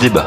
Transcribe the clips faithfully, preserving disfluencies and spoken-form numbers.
débat.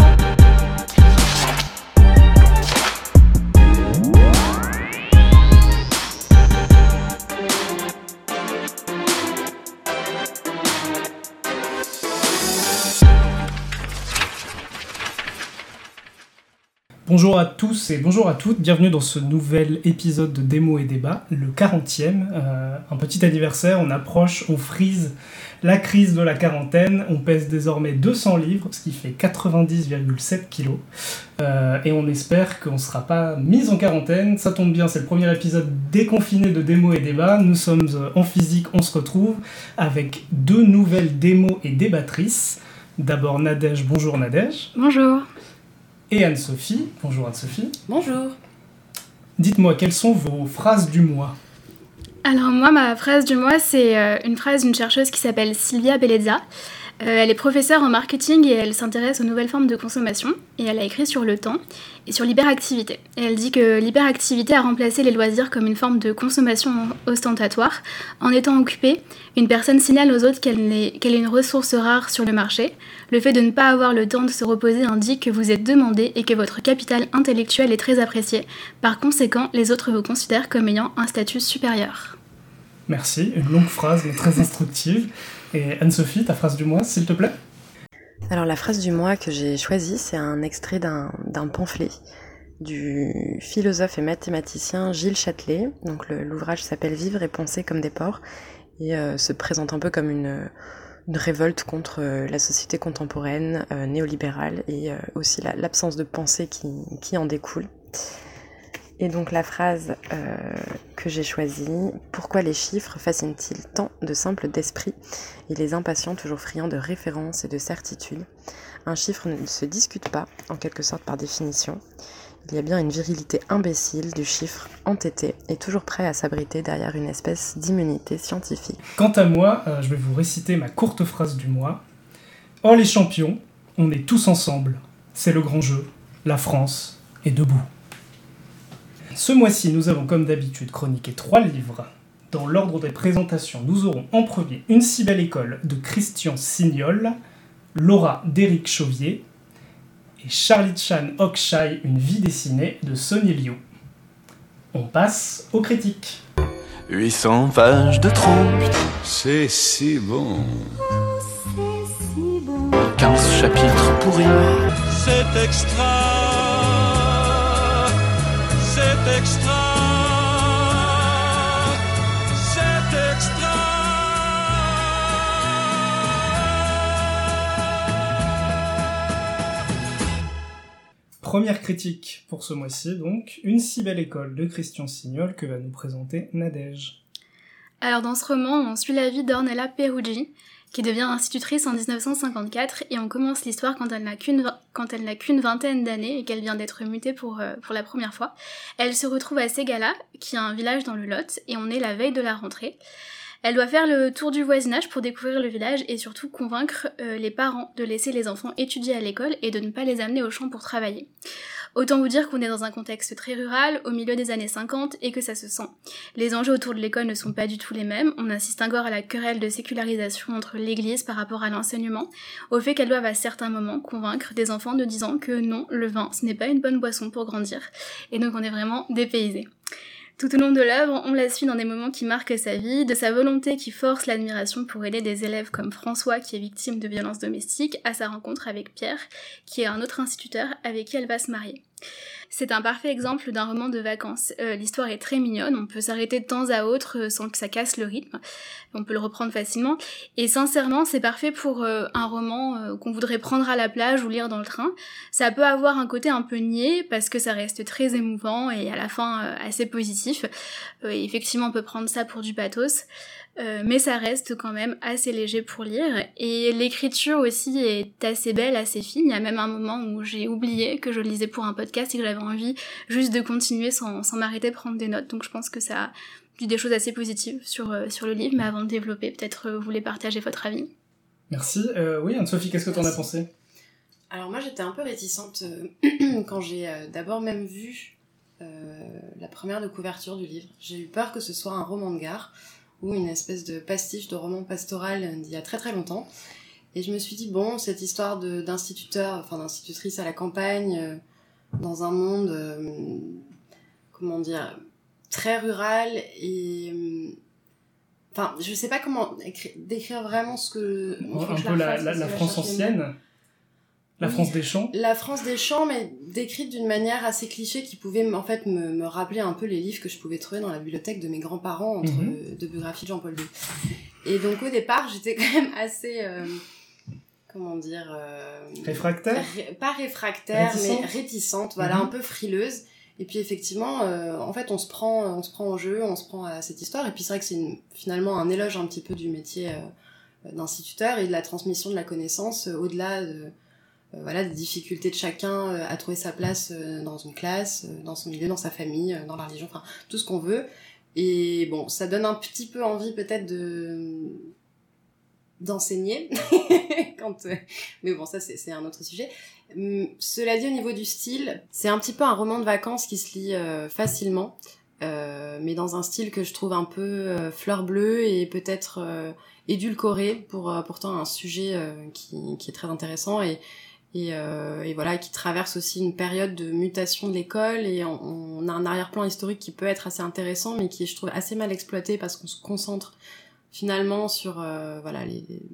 Bonjour à tous et bonjour à toutes, bienvenue dans ce nouvel épisode de Démo et Débat, le quarantième, euh, un petit anniversaire, on approche, on frise la crise de la quarantaine, on pèse désormais deux cents livres, ce qui fait quatre-vingt-dix virgule sept kilos, euh, et on espère qu'on ne sera pas mis en quarantaine, ça tombe bien, c'est le premier épisode déconfiné de Démo et Débat, nous sommes euh, en physique, on se retrouve avec deux nouvelles démos et débattrices. D'abord Nadège, bonjour Nadège. Bonjour. Et Anne-Sophie. Bonjour Anne-Sophie. Bonjour. Dites-moi, quelles sont vos phrases du mois ? Alors moi, ma phrase du mois, c'est euh, une phrase d'une chercheuse qui s'appelle Silvia Bellezza. Euh, elle est professeure en marketing et elle s'intéresse aux nouvelles formes de consommation. Et elle a écrit sur le temps et sur l'hyperactivité. Et elle dit que l'hyperactivité a remplacé les loisirs comme une forme de consommation ostentatoire. En étant occupée, une personne signale aux autres qu'elle est, qu'elle est une ressource rare sur le marché. Le fait de ne pas avoir le temps de se reposer indique que vous êtes demandé et que votre capital intellectuel est très apprécié. Par conséquent, les autres vous considèrent comme ayant un statut supérieur. Merci, une longue phrase mais très instructive. Et Anne-Sophie, ta phrase du mois, s'il te plaît ? Alors la phrase du mois que j'ai choisie, c'est un extrait d'un, d'un pamphlet du philosophe et mathématicien Gilles Châtelet. Donc le, l'ouvrage s'appelle « Vivre et penser comme des porcs » et euh, se présente un peu comme une, une révolte contre euh, la société contemporaine, euh, néolibérale, et euh, aussi la, l'absence de pensée qui, qui en découle. Et donc la phrase euh, que j'ai choisie, « Pourquoi les chiffres fascinent-ils tant de simples d'esprit et les impatients toujours friands de références et de certitudes ? Un chiffre ne se discute pas, en quelque sorte par définition. Il y a bien une virilité imbécile du chiffre entêté et toujours prêt à s'abriter derrière une espèce d'immunité scientifique. » Quant à moi, euh, je vais vous réciter ma courte phrase du mois. « Oh les champions, on est tous ensemble. C'est le grand jeu. La France est debout. » Ce mois-ci, nous avons comme d'habitude chroniqué trois livres. Dans l'ordre des présentations, nous aurons en premier Une si belle école de Christian Signol, Laura d'Éric Chauvier et Charlie Chan Okshay, Une vie dessinée de Sonny Liu. On passe aux critiques. huit cents pages de trompe, C'est si bon. C'est si bon. quinze chapitres pourris. C'est extra. C'est extra. C'est extra. Première critique pour ce mois-ci, donc, Une si belle école de Christian Signol que va nous présenter Nadège. Alors dans ce roman, on suit la vie d'Ornella Peruggi, qui devient institutrice en dix-neuf cent cinquante-quatre, et on commence l'histoire quand elle n'a qu'une, quand elle n'a qu'une vingtaine d'années et qu'elle vient d'être mutée pour, euh, pour la première fois. Elle se retrouve à Ségala, qui est un village dans le Lot, et on est la veille de la rentrée. Elle doit faire le tour du voisinage pour découvrir le village et surtout convaincre euh, les parents de laisser les enfants étudier à l'école et de ne pas les amener au champ pour travailler. Autant vous dire qu'on est dans un contexte très rural, au milieu des années cinquante, et que ça se sent. Les enjeux autour de l'école ne sont pas du tout les mêmes, on assiste encore à la querelle de sécularisation entre l'église par rapport à l'enseignement, au fait qu'elles doivent à certains moments convaincre des enfants de disant que non, le vin, ce n'est pas une bonne boisson pour grandir, et donc on est vraiment dépaysés. Tout au long de l'œuvre, on la suit dans des moments qui marquent sa vie, de sa volonté qui force l'admiration pour aider des élèves comme François qui est victime de violences domestiques, à sa rencontre avec Pierre, qui est un autre instituteur avec qui elle va se marier. C'est un parfait exemple d'un roman de vacances. Euh, l'histoire est très mignonne, on peut s'arrêter de temps à autre euh, sans que ça casse le rythme, on peut le reprendre facilement, et sincèrement c'est parfait pour euh, un roman euh, qu'on voudrait prendre à la plage ou lire dans le train. Ça peut avoir un côté un peu niais, parce que ça reste très émouvant et à la fin euh, assez positif, euh, et effectivement on peut prendre ça pour du pathos, Euh, mais ça reste quand même assez léger pour lire, et l'écriture aussi est assez belle, assez fine. Il y a même un moment où j'ai oublié que je le lisais pour un podcast et que j'avais envie juste de continuer sans, sans m'arrêter de prendre des notes, donc je pense que ça dit des choses assez positives sur, euh, sur le livre, mais avant de développer, peut-être euh, vous voulez partager votre avis. Merci. Euh, oui, Anne-Sophie, qu'est-ce que t'en as pensé ? Alors moi j'étais un peu réticente euh, quand j'ai euh, d'abord même vu euh, la première de couverture du livre. J'ai eu peur que ce soit un roman de gare, ou une espèce de pastiche de roman pastoral d'il y a très très longtemps. Et je me suis dit, bon, cette histoire de, d'instituteur, enfin d'institutrice à la campagne, euh, dans un monde, euh, comment dire, très rural et... Euh, enfin, je sais pas comment écrire, décrire vraiment ce que... Un peu la, la, la France ancienne, la oui, France des champs. La France des champs, mais décrite d'une manière assez cliché qui pouvait en fait me, me rappeler un peu les livres que je pouvais trouver dans la bibliothèque de mes grands-parents, entre mm-hmm. deux biographies de Jean-Paul deux. Et donc au départ, j'étais quand même assez... Euh, comment dire... Euh, réfractaire ré, Pas réfractaire, réticente. mais réticente, voilà, mm-hmm. un peu frileuse. Et puis effectivement, euh, en fait, on se prend, on se prend au jeu, on se prend à cette histoire. Et puis c'est vrai que c'est une, finalement un éloge un petit peu du métier euh, d'instituteur et de la transmission de la connaissance euh, au-delà de, euh, voilà, des difficultés de chacun euh, à trouver sa place euh, dans une classe, euh, dans son milieu, dans sa famille, euh, dans la religion, enfin tout ce qu'on veut. Et bon, ça donne un petit peu envie peut-être de d'enseigner quand euh... mais bon ça c'est c'est un autre sujet. Hum, cela dit, au niveau du style, c'est un petit peu un roman de vacances qui se lit euh, facilement, euh, mais dans un style que je trouve un peu euh, fleur bleue et peut-être euh, édulcoré pour euh, pourtant un sujet euh, qui qui est très intéressant et et, euh, et voilà, qui traverse aussi une période de mutation de l'école et on, on a un arrière-plan historique qui peut être assez intéressant mais qui est, je trouve, assez mal exploité parce qu'on se concentre finalement sur euh, voilà les, les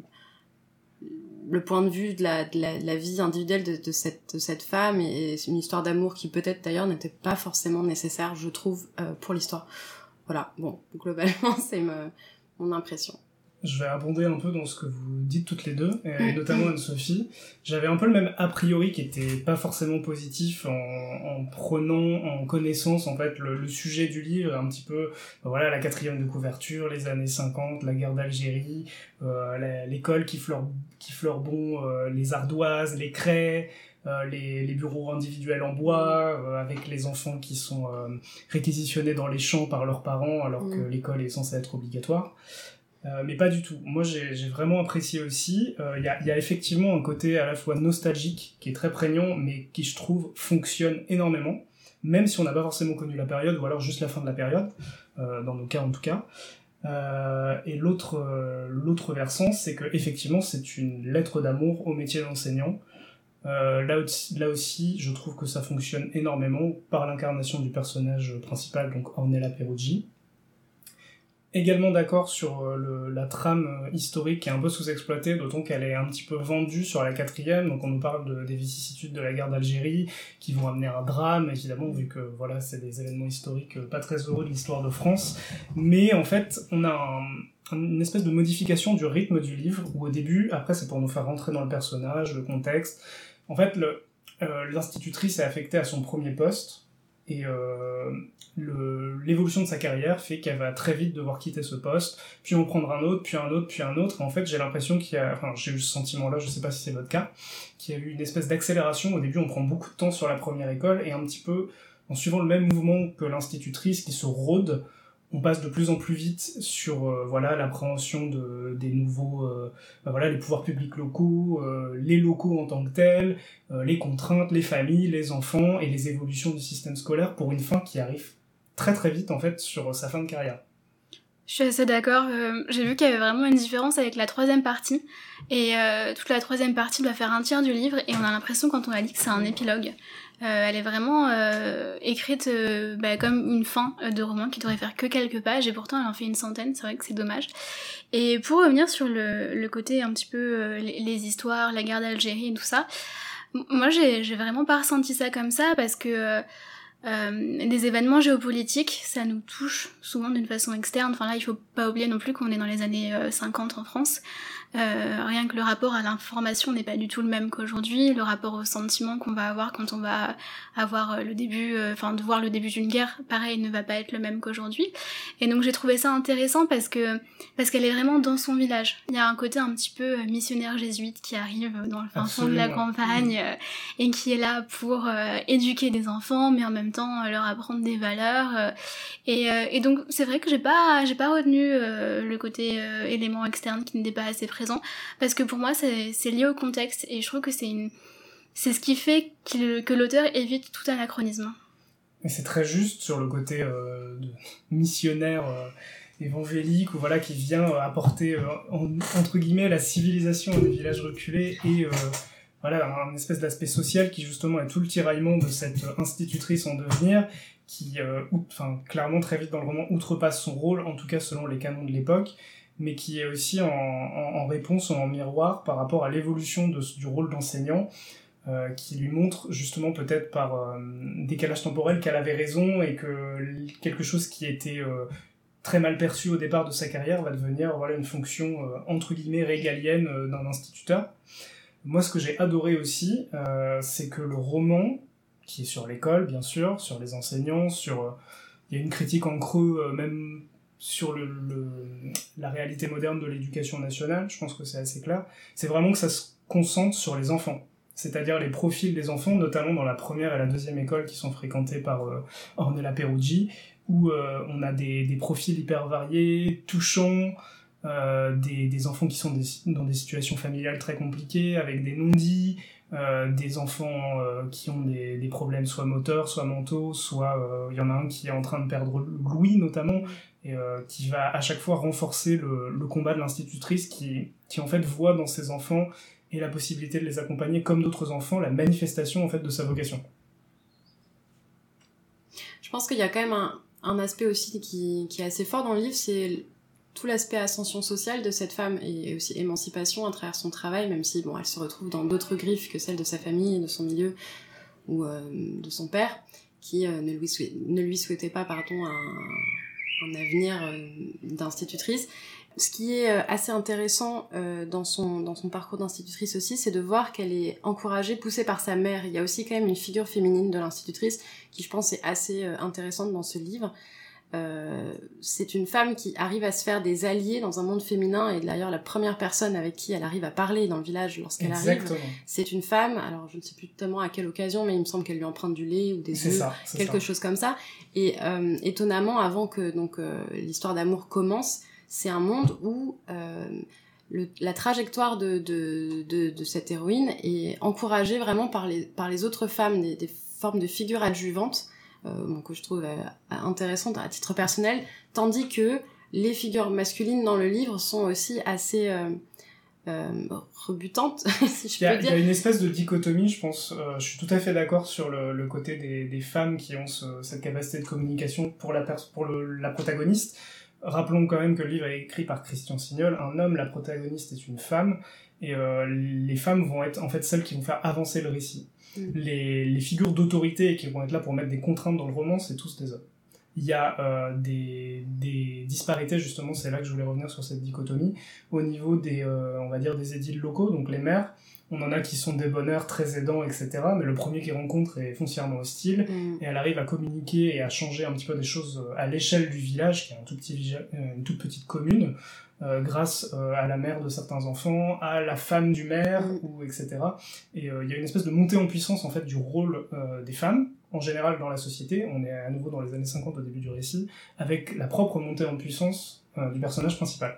le point de vue de la, de la, de la vie individuelle de, de, cette, de cette femme et, et c'est une histoire d'amour qui peut-être d'ailleurs n'était pas forcément nécessaire, je trouve, euh, pour l'histoire. Voilà, bon, globalement c'est me, mon impression. Je vais abonder un peu dans ce que vous dites toutes les deux, et notamment Anne-Sophie. J'avais un peu le même a priori qui était pas forcément positif en, en prenant en connaissance en fait le, le sujet du livre, un petit peu voilà la quatrième de couverture, les années cinquante, la guerre d'Algérie, euh, la, l'école qui fleure qui fleure bon, euh, les ardoises, les craies, euh, les, les bureaux individuels en bois, euh, avec les enfants qui sont euh, réquisitionnés dans les champs par leurs parents alors mmh. que l'école est censée être obligatoire. Euh, mais pas du tout. Moi, j'ai, j'ai vraiment apprécié aussi. Il euh, y, a, y a effectivement un côté à la fois nostalgique qui est très prégnant, mais qui, je trouve, fonctionne énormément, même si on n'a pas forcément connu la période, ou alors juste la fin de la période, euh, dans nos cas en tout cas. Euh, et l'autre, euh, l'autre versant, c'est que effectivement, c'est une lettre d'amour au métier d'enseignant. Euh, là, aussi, là aussi, je trouve que ça fonctionne énormément par l'incarnation du personnage principal, donc Ornella Peruggi. Également d'accord sur euh, le, la trame euh, historique qui est un peu sous-exploitée, d'autant qu'elle est un petit peu vendue sur la quatrième, donc on nous parle de, des vicissitudes de la guerre d'Algérie, qui vont amener un drame, évidemment, vu que voilà, c'est des événements historiques euh, pas très heureux de l'histoire de France, mais en fait, on a un, une espèce de modification du rythme du livre, où au début, après c'est pour nous faire rentrer dans le personnage, le contexte, en fait, le, euh, l'institutrice est affectée à son premier poste, et euh, le, l'évolution de sa carrière fait qu'elle va très vite devoir quitter ce poste, puis en prendre un autre, puis un autre, puis un autre. En fait, j'ai l'impression qu'il y a, enfin, j'ai eu ce sentiment-là, je sais pas si c'est votre cas, qu'il y a eu une espèce d'accélération. Au début, on prend beaucoup de temps sur la première école, et un petit peu, en suivant le même mouvement que l'institutrice qui se rôde, on passe de plus en plus vite sur euh, voilà l'appréhension de des nouveaux euh, ben voilà les pouvoirs publics locaux, euh, les locaux en tant que tels, euh, les contraintes, les familles, les enfants et les évolutions du système scolaire pour une fin qui arrive très très vite en fait sur sa fin de carrière. Je suis assez d'accord, euh, j'ai vu qu'il y avait vraiment une différence avec la troisième partie, et euh, toute la troisième partie doit faire un tiers du livre, et on a l'impression quand on la lit que c'est un épilogue. Euh, elle est vraiment euh, écrite euh, bah, comme une fin de roman qui devrait faire que quelques pages, et pourtant elle en fait une centaine, c'est vrai que c'est dommage. Et pour revenir sur le, le côté un petit peu euh, les, les histoires, la guerre d'Algérie et tout ça, moi j'ai, j'ai vraiment pas ressenti ça comme ça, parce que euh, Euh, des événements géopolitiques, ça nous touche souvent d'une façon externe. Enfin là, il faut pas oublier non plus qu'on est dans les années euh, cinquante en France. Euh, rien que le rapport à l'information n'est pas du tout le même qu'aujourd'hui. Le rapport au sentiment qu'on va avoir quand on va avoir le début, enfin euh, de voir le début d'une guerre, pareil, ne va pas être le même qu'aujourd'hui. Et donc j'ai trouvé ça intéressant parce que parce qu'elle est vraiment dans son village. Il y a un côté un petit peu missionnaire jésuite qui arrive dans le fin fond de la campagne euh, et qui est là pour euh, éduquer des enfants, mais en même temps euh, leur apprendre des valeurs. Euh, et, euh, et donc c'est vrai que j'ai pas j'ai pas retenu euh, le côté euh, élément externe qui n'était pas assez présent, parce que pour moi c'est, c'est lié au contexte, et je trouve que c'est une c'est ce qui fait qu'il, que l'auteur évite tout anachronisme. Et c'est très juste sur le côté euh, de missionnaire euh, évangélique, ou voilà, qui vient euh, apporter, euh, en, entre guillemets, la civilisation à des villages reculés, et euh, voilà, un espèce d'aspect social qui justement est tout le tiraillement de cette institutrice en devenir, qui, euh, out, enfin, clairement très vite dans le roman, outrepasse son rôle, en tout cas selon les canons de l'époque, mais qui est aussi en, en, en réponse ou en miroir par rapport à l'évolution de, du rôle d'enseignant, euh, qui lui montre justement peut-être par euh, décalage temporel qu'elle avait raison, et que quelque chose qui était euh, très mal perçu au départ de sa carrière va devenir voilà, une fonction euh, entre guillemets régalienne euh, d'un instituteur. Moi, ce que j'ai adoré aussi, euh, c'est que le roman, qui est sur l'école, bien sûr, sur les enseignants, sur... Euh, il y a une critique en creux, euh, même sur le, le, la réalité moderne de l'éducation nationale, je pense que c'est assez clair. C'est vraiment que ça se concentre sur les enfants, c'est-à-dire les profils des enfants, notamment dans la première et la deuxième école qui sont fréquentées par euh, Ornella Peruggi, où euh, on a des, des profils hyper variés, touchants, Euh, des, des enfants qui sont des, dans des situations familiales très compliquées, avec des non-dits, euh, des enfants euh, qui ont des, des problèmes soit moteurs, soit mentaux, soit il euh, y en a un qui est en train de perdre l'ouïe notamment, et euh, qui va à chaque fois renforcer le, le combat de l'institutrice qui, qui en fait voit dans ses enfants et la possibilité de les accompagner comme d'autres enfants, la manifestation en fait de sa vocation. Je pense qu'il y a quand même un, un aspect aussi qui, qui est assez fort dans le livre, c'est tout l'aspect ascension sociale de cette femme et aussi émancipation à travers son travail, même si bon, elle se retrouve dans d'autres griffes que celles de sa famille et de son milieu ou euh, de son père, qui euh, ne, lui souhait, ne lui souhaitait pas pardon, un, un avenir euh, d'institutrice. Ce qui est euh, assez intéressant euh, dans, son, dans son parcours d'institutrice aussi, c'est de voir qu'elle est encouragée, poussée par sa mère. Il y a aussi quand même une figure féminine de l'institutrice qui, je pense, est assez euh, intéressante dans ce livre. Euh, c'est une femme qui arrive à se faire des alliés dans un monde féminin, et d'ailleurs la première personne avec qui elle arrive à parler dans le village lorsqu'elle Exactement. arrive, c'est une femme. Alors je ne sais plus tellement à quelle occasion, mais il me semble qu'elle lui emprunte du lait ou des c'est œufs, ça, c'est quelque ça. chose comme ça. Et euh, étonnamment, avant que donc euh, l'histoire d'amour commence, c'est un monde où euh, le, la trajectoire de, de, de, de cette héroïne est encouragée vraiment par les, par les autres femmes, des, des formes de figures adjuvantes, Euh, bon, que je trouve euh, intéressante à titre personnel, tandis que les figures masculines dans le livre sont aussi assez euh, euh, rebutantes, si je a, peux dire. Il y a une espèce de dichotomie, je pense. Euh, je suis tout à fait d'accord sur le, le côté des, des femmes qui ont ce, cette capacité de communication pour la, pers- pour le, la protagoniste. Rappelons quand même que le livre est écrit par Christian Signol, un homme, la protagoniste est une femme, et euh, les femmes vont être en fait celles qui vont faire avancer le récit. Mmh. Les, les figures d'autorité qui vont être là pour mettre des contraintes dans le roman, c'est tous des hommes. Il y a euh, des, des disparités, justement, c'est là que je voulais revenir sur cette dichotomie, au niveau des, euh, on va dire, des édiles locaux, donc les maires. On en a qui sont des bonheurs très aidants, et cetera. Mais le premier qu'ils rencontrent est foncièrement hostile, mmh. et elle arrive à communiquer et à changer un petit peu des choses à l'échelle du village, qui est un tout petit village, une toute petite commune, euh, grâce euh, à la mère de certains enfants, à la femme du maire, mmh. ou et cetera. Et il euh, y a une espèce de montée en puissance en fait du rôle euh, des femmes en général dans la société. On est à nouveau dans les années cinquante au début du récit, avec la propre montée en puissance euh, du personnage principal.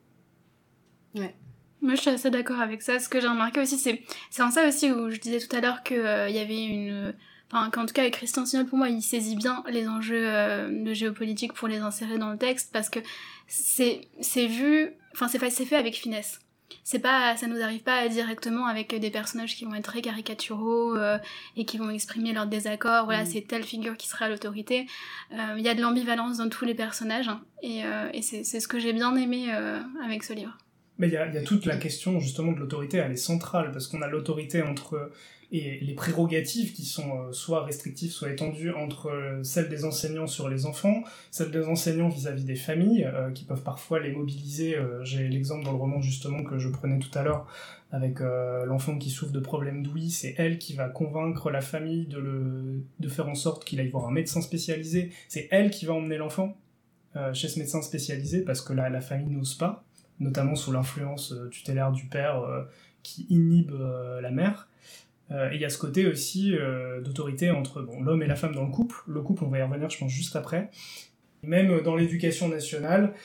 Ouais. Moi, je suis assez d'accord avec ça. Ce que j'ai remarqué aussi, c'est, c'est en ça aussi où je disais tout à l'heure qu'il euh, y avait une... Enfin, qu'en tout cas, avec Christian Signol, pour moi, il saisit bien les enjeux euh, de géopolitique pour les insérer dans le texte, parce que c'est, c'est vu... Enfin, c'est fait, c'est fait avec finesse. C'est pas, ça nous arrive pas directement avec des personnages qui vont être très caricaturaux euh, et qui vont exprimer leur désaccord. Voilà, mmh. c'est telle figure qui sera à l'autorité. Il euh, y a de l'ambivalence dans tous les personnages, hein, et, euh, et c'est, c'est ce que j'ai bien aimé euh, avec ce livre. Mais il y a, y a toute la question justement de l'autorité, elle est centrale, parce qu'on a l'autorité entre et les prérogatives qui sont euh, soit restrictives, soit étendues entre euh, celles des enseignants sur les enfants, celles des enseignants vis-à-vis des familles, euh, qui peuvent parfois les mobiliser. Euh, j'ai l'exemple dans le roman justement que je prenais tout à l'heure, avec euh, l'enfant qui souffre de problèmes d'ouïe, c'est elle qui va convaincre la famille de, le, de faire en sorte qu'il aille voir un médecin spécialisé, c'est elle qui va emmener l'enfant euh, chez ce médecin spécialisé, parce que là, la famille n'ose pas, notamment sous l'influence euh, tutélaire du père euh, qui inhibe euh, la mère. Euh, et il y a ce côté aussi euh, d'autorité entre bon, l'homme et la femme dans le couple. Le couple, on va y revenir, je pense, juste après. Et même dans l'éducation nationale,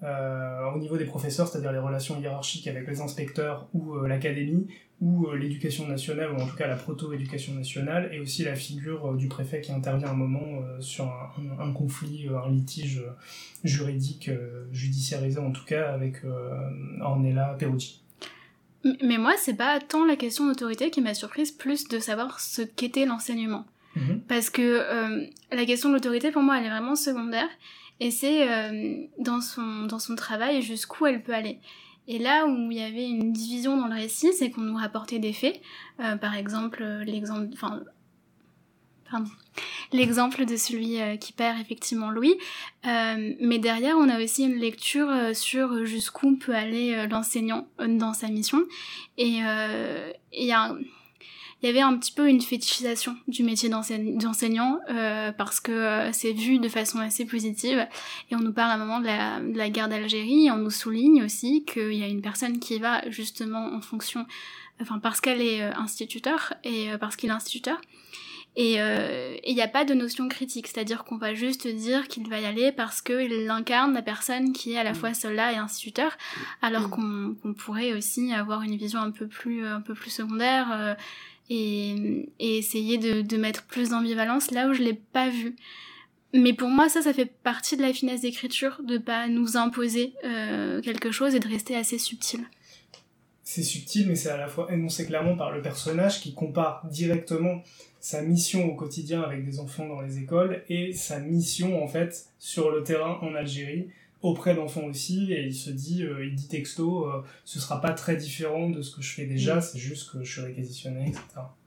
euh, au niveau des professeurs, c'est-à-dire les relations hiérarchiques avec les inspecteurs ou euh, l'académie, ou euh, l'éducation nationale, ou en tout cas la proto-éducation nationale, et aussi la figure euh, du préfet qui intervient un moment euh, sur un, un, un conflit, euh, un litige euh, juridique, euh, judiciarisé en tout cas, avec euh, Ornella Peruggi. Mais moi, c'est pas tant la question d'autorité qui m'a surprise, plus de savoir ce qu'était l'enseignement. Mmh. Parce que euh, la question de l'autorité, pour moi, elle est vraiment secondaire, et c'est euh, dans son, dans son travail jusqu'où elle peut aller. Et là où il y avait une division dans le récit, c'est qu'on nous rapportait des faits, euh, par exemple, l'exemple... Enfin, pardon... l'exemple de celui euh, qui perd effectivement Louis, euh, mais derrière on a aussi une lecture euh, sur jusqu'où peut aller euh, l'enseignant euh, dans sa mission, et il euh, y, y avait un petit peu une fétichisation du métier d'enseigne- d'enseignant, euh, parce que euh, c'est vu de façon assez positive, et on nous parle à un moment de la, de la guerre d'Algérie, et on nous souligne aussi qu'il y a une personne qui va justement en fonction, enfin parce qu'elle est euh, instituteur, et euh, parce qu'il est instituteur, et il euh, n'y a pas de notion critique, c'est-à-dire qu'on va juste dire qu'il va y aller parce qu'il incarne la personne qui est à la fois soldat et instituteur, alors qu'on, qu'on pourrait aussi avoir une vision un peu plus, un peu plus secondaire euh, et, et essayer de, de mettre plus d'ambivalence là où je l'ai pas vu. Mais pour moi, ça, ça fait partie de la finesse d'écriture, de pas nous imposer euh, quelque chose et de rester assez subtil. C'est subtil, mais c'est à la fois énoncé clairement par le personnage qui compare directement sa mission au quotidien avec des enfants dans les écoles et sa mission, en fait, sur le terrain en Algérie, auprès d'enfants aussi, et il se dit, euh, il dit texto, euh, ce sera pas très différent de ce que je fais déjà, c'est juste que je suis réquisitionné, et cetera.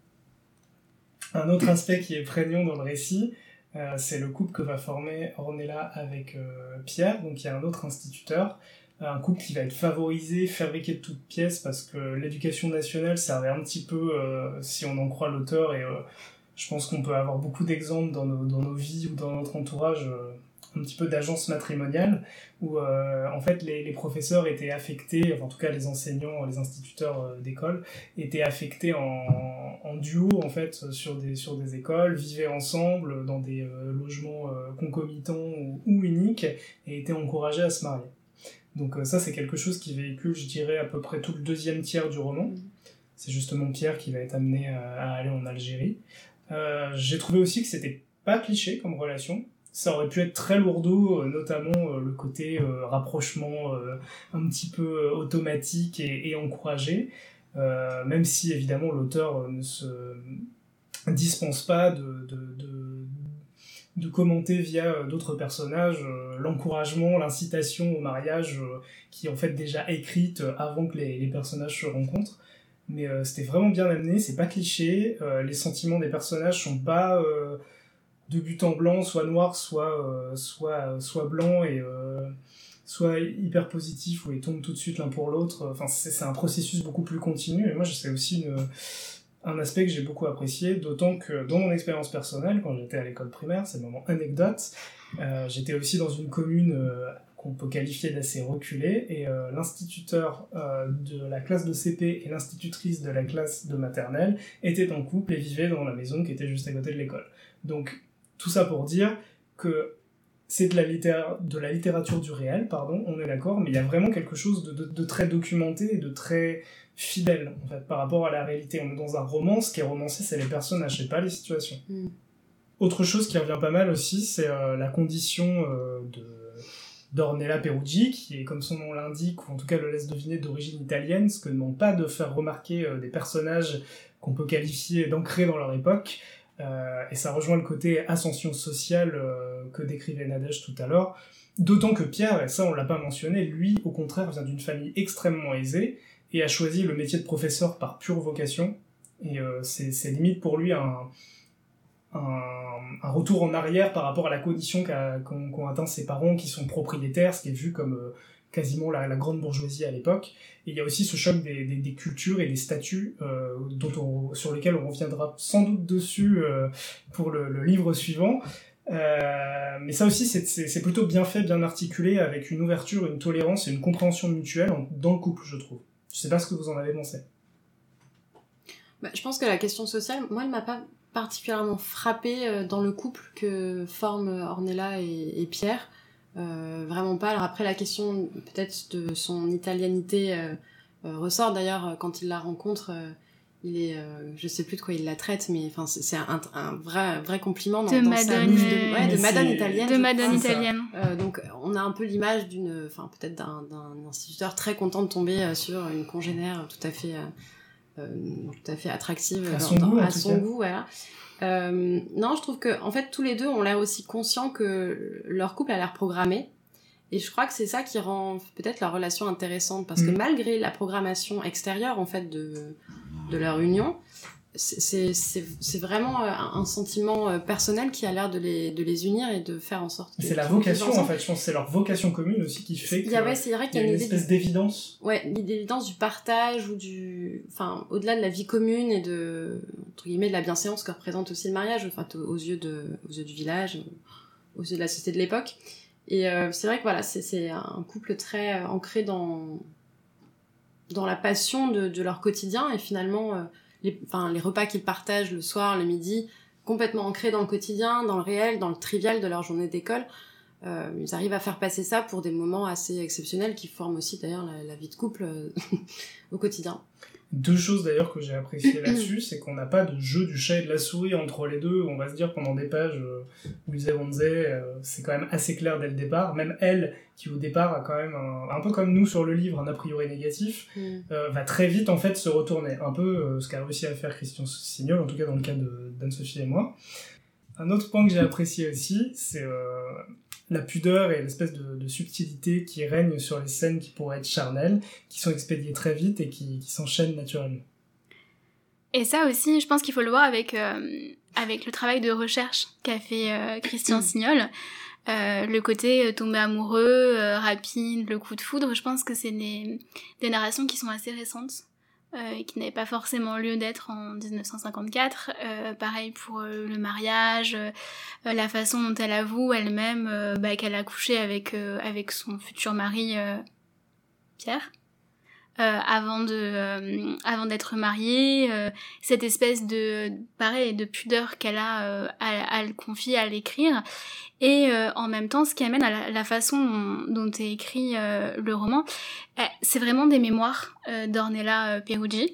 Un autre aspect qui est prégnant dans le récit, euh, c'est le couple que va former Ornella avec euh, Pierre, donc il y a un autre instituteur, un couple qui va être favorisé, fabriqué de toutes pièces, parce que l'éducation nationale servait un petit peu, euh, si on en croit l'auteur, et euh, je pense qu'on peut avoir beaucoup d'exemples dans nos, dans nos vies ou dans notre entourage, euh, un petit peu d'agence matrimoniale, où euh, en fait les, les professeurs étaient affectés, enfin en tout cas les enseignants, les instituteurs euh, d'école, étaient affectés en, en duo en fait sur des, sur des écoles, vivaient ensemble dans des euh, logements euh, concomitants ou, ou uniques, et étaient encouragés à se marier. Donc euh, ça, c'est quelque chose qui véhicule, je dirais, à peu près tout le deuxième tiers du roman. C'est justement Pierre qui va être amené à, à aller en Algérie. Euh, j'ai trouvé aussi que c'était pas cliché comme relation. Ça aurait pu être très lourdeau, euh, notamment euh, le côté euh, rapprochement euh, un petit peu euh, automatique et, et encouragé. Euh, même si, évidemment, l'auteur euh, ne se dispense pas de... de, de de commenter via d'autres personnages euh, l'encouragement, l'incitation au mariage euh, qui est en fait déjà écrite avant que les, les personnages se rencontrent. Mais euh, c'était vraiment bien amené, c'est pas cliché, euh, les sentiments des personnages sont pas euh, de but en blanc, soit noir, soit, euh, soit, soit blanc, et euh, soit hyper positif, où ils tombent tout de suite l'un pour l'autre. Enfin, c'est, c'est un processus beaucoup plus continu, et moi c'est aussi une... un aspect que j'ai beaucoup apprécié, d'autant que dans mon expérience personnelle, quand j'étais à l'école primaire, c'est le moment anecdote, euh, j'étais aussi dans une commune euh, qu'on peut qualifier d'assez reculée, et euh, l'instituteur euh, de la classe de C P et l'institutrice de la classe de maternelle étaient en couple et vivaient dans la maison qui était juste à côté de l'école. Donc tout ça pour dire que c'est de la, littéra- de la littérature du réel, pardon, on est d'accord, mais il y a vraiment quelque chose de, de, de très documenté et de très fidèle, en fait, par rapport à la réalité. On est dans un roman, ce qui est romancé, c'est les personnages, c'est pas les situations. Mm. Autre chose qui revient pas mal aussi, c'est euh, la condition euh, de, d'Ornella Peruggi, qui est, comme son nom l'indique, ou en tout cas le laisse deviner, d'origine italienne, ce que ne demande pas de faire remarquer euh, des personnages qu'on peut qualifier d'ancrés dans leur époque. Euh, et ça rejoint le côté ascension sociale euh, que décrivait Nadège tout à l'heure, d'autant que Pierre, et ça on l'a pas mentionné, lui au contraire vient d'une famille extrêmement aisée et a choisi le métier de professeur par pure vocation, et euh, c'est, c'est limite pour lui un, un, un retour en arrière par rapport à la condition qu'a, qu'ont, qu'ont atteint ses parents qui sont propriétaires, ce qui est vu comme euh, quasiment la, la grande bourgeoisie à l'époque. Et il y a aussi ce choc des, des, des cultures et des statuts euh, dont on, sur lesquels on reviendra sans doute dessus euh, pour le, le livre suivant. Euh, mais ça aussi, c'est, c'est, c'est plutôt bien fait, bien articulé, avec une ouverture, une tolérance et une compréhension mutuelle dans le couple, je trouve. Je sais pas ce que vous en avez pensé. Bah, je pense que la question sociale, moi, elle m'a pas particulièrement frappée dans le couple que forment Ornella et, et Pierre. euh, vraiment pas. Alors après, la question peut-être de son italianité euh, euh, ressort. D'ailleurs, quand il la rencontre, euh, il est, euh, je sais plus de quoi il la traite, mais enfin c'est, c'est un, un vrai, vrai compliment dans, de dans madone, sa bouche, de, ouais, de madone italienne. De madone italienne. Euh, donc on a un peu l'image d'une, enfin peut-être d'un, d'un instituteur très content de tomber euh, sur une congénère tout à fait, euh, euh, tout à fait attractive à dans, son dans, goût, à son goût, voilà. Euh, non, je trouve que en fait tous les deux ont l'air aussi conscients que leur couple a l'air programmé. Et je crois que c'est ça qui rend peut-être leur relation intéressante, parce que mmh. malgré la programmation extérieure en fait de de leur union, c'est c'est c'est, c'est vraiment un, un sentiment personnel qui a l'air de les de les unir et de faire en sorte que c'est la vocation en fait, je pense que c'est leur vocation commune aussi qui fait que il y a, ouais, c'est vrai qu'il y a une, une espèce du... d'évidence. Ouais, l'évidence du partage ou du enfin au-delà de la vie commune et de entre guillemets de la bienséance que représente aussi le mariage, enfin aux yeux de aux yeux du village, aux yeux de la société de l'époque. Et euh, c'est vrai que voilà, c'est, c'est un couple très euh, ancré dans, dans la passion de, de leur quotidien, et finalement, euh, les, enfin, les repas qu'ils partagent le soir, le midi, complètement ancrés dans le quotidien, dans le réel, dans le trivial de leur journée d'école, euh, ils arrivent à faire passer ça pour des moments assez exceptionnels qui forment aussi d'ailleurs la, la vie de couple euh, au quotidien. Deux choses d'ailleurs que j'ai appréciées là-dessus, c'est qu'on n'a pas de jeu du chat et de la souris entre les deux. On va se dire pendant des pages euh, où Lisa Wanze, euh, c'est quand même assez clair dès le départ. Même elle, qui au départ a quand même un, un peu comme nous sur le livre, un a priori négatif, mm. euh, va très vite en fait se retourner. Un peu euh, ce qu'a réussi à faire Christian Signol, en tout cas dans le cas de d'Anne-Sophie et moi. Un autre point que j'ai apprécié aussi, c'est euh, la pudeur et l'espèce de, de subtilité qui règne sur les scènes qui pourraient être charnelles, qui sont expédiées très vite et qui, qui s'enchaînent naturellement. Et ça aussi, je pense qu'il faut le voir avec, euh, avec le travail de recherche qu'a fait euh, Christian Signol. Euh, le côté euh, tomber amoureux, euh, rapide, le coup de foudre, je pense que c'est des, des narrations qui sont assez récentes. Euh, qui n'avait pas forcément lieu d'être en dix-neuf cent cinquante-quatre. Euh, pareil pour euh, le mariage, euh, la façon dont elle avoue elle-même euh, bah, qu'elle a couché avec, euh, avec son futur mari euh, Pierre. Euh, avant de euh, avant d'être mariée, euh, cette espèce de pareil de pudeur qu'elle a euh, à, à le confier, à l'écrire, et euh, en même temps ce qui amène à la, la façon dont, dont est écrit euh, le roman, euh, c'est vraiment des mémoires euh, d'Ornella Peruggi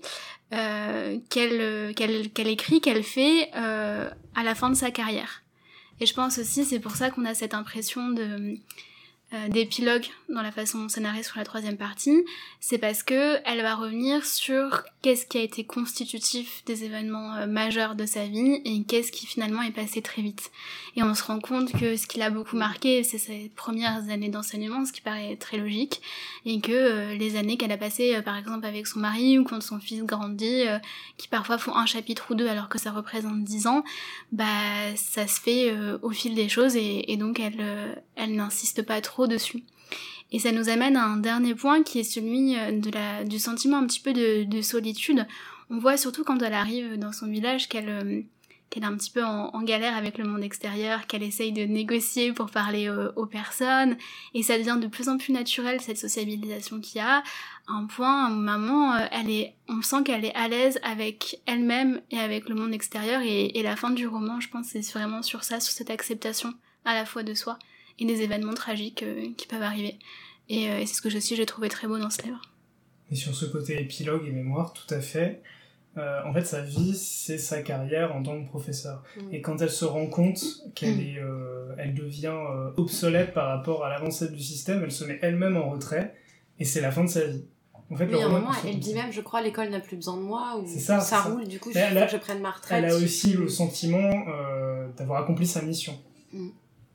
euh, qu'elle qu'elle qu'elle écrit, qu'elle fait euh, à la fin de sa carrière. Et je pense aussi c'est pour ça qu'on a cette impression de d'épilogue dans la façon dont c'est narré sur la troisième partie, c'est parce que elle va revenir sur qu'est-ce qui a été constitutif des événements euh, majeurs de sa vie et qu'est-ce qui finalement est passé très vite. Et on se rend compte que ce qui l'a beaucoup marqué, c'est ses premières années d'enseignement, ce qui paraît très logique, et que euh, les années qu'elle a passées euh, par exemple avec son mari ou quand son fils grandit, euh, qui parfois font un chapitre ou deux alors que ça représente dix ans, bah ça se fait euh, au fil des choses et, et donc elle, euh, elle n'insiste pas trop dessus. Et ça nous amène à un dernier point qui est celui de la, du sentiment un petit peu de, de solitude. On voit surtout quand elle arrive dans son village qu'elle, euh, qu'elle est un petit peu en, en galère avec le monde extérieur, qu'elle essaye de négocier pour parler aux, aux personnes, et ça devient de plus en plus naturel cette sociabilisation qu'il y a, à un point, à un moment, elle est, on sent qu'elle est à l'aise avec elle-même et avec le monde extérieur, et, et la fin du roman, je pense, c'est vraiment sur ça, sur cette acceptation à la fois de soi et des événements tragiques euh, qui peuvent arriver. Et, euh, et c'est ce que je, aussi j'ai trouvé très beau dans ce livre. Et sur ce côté épilogue et mémoire, tout à fait, euh, en fait sa vie c'est sa carrière en tant que professeur. Mmh. Et quand elle se rend compte qu'elle est, euh, elle devient euh, obsolète par rapport à l'avancée du système, elle se met elle-même en retrait, et c'est la fin de sa vie. En fait, oui, à un moment, elle dit même, je crois, l'école n'a plus besoin de moi, ou ça, ça roule, ça. Du coup, il faut que je prenne ma retraite. Elle a aussi le sentiment euh, d'avoir accompli sa mission. Mmh.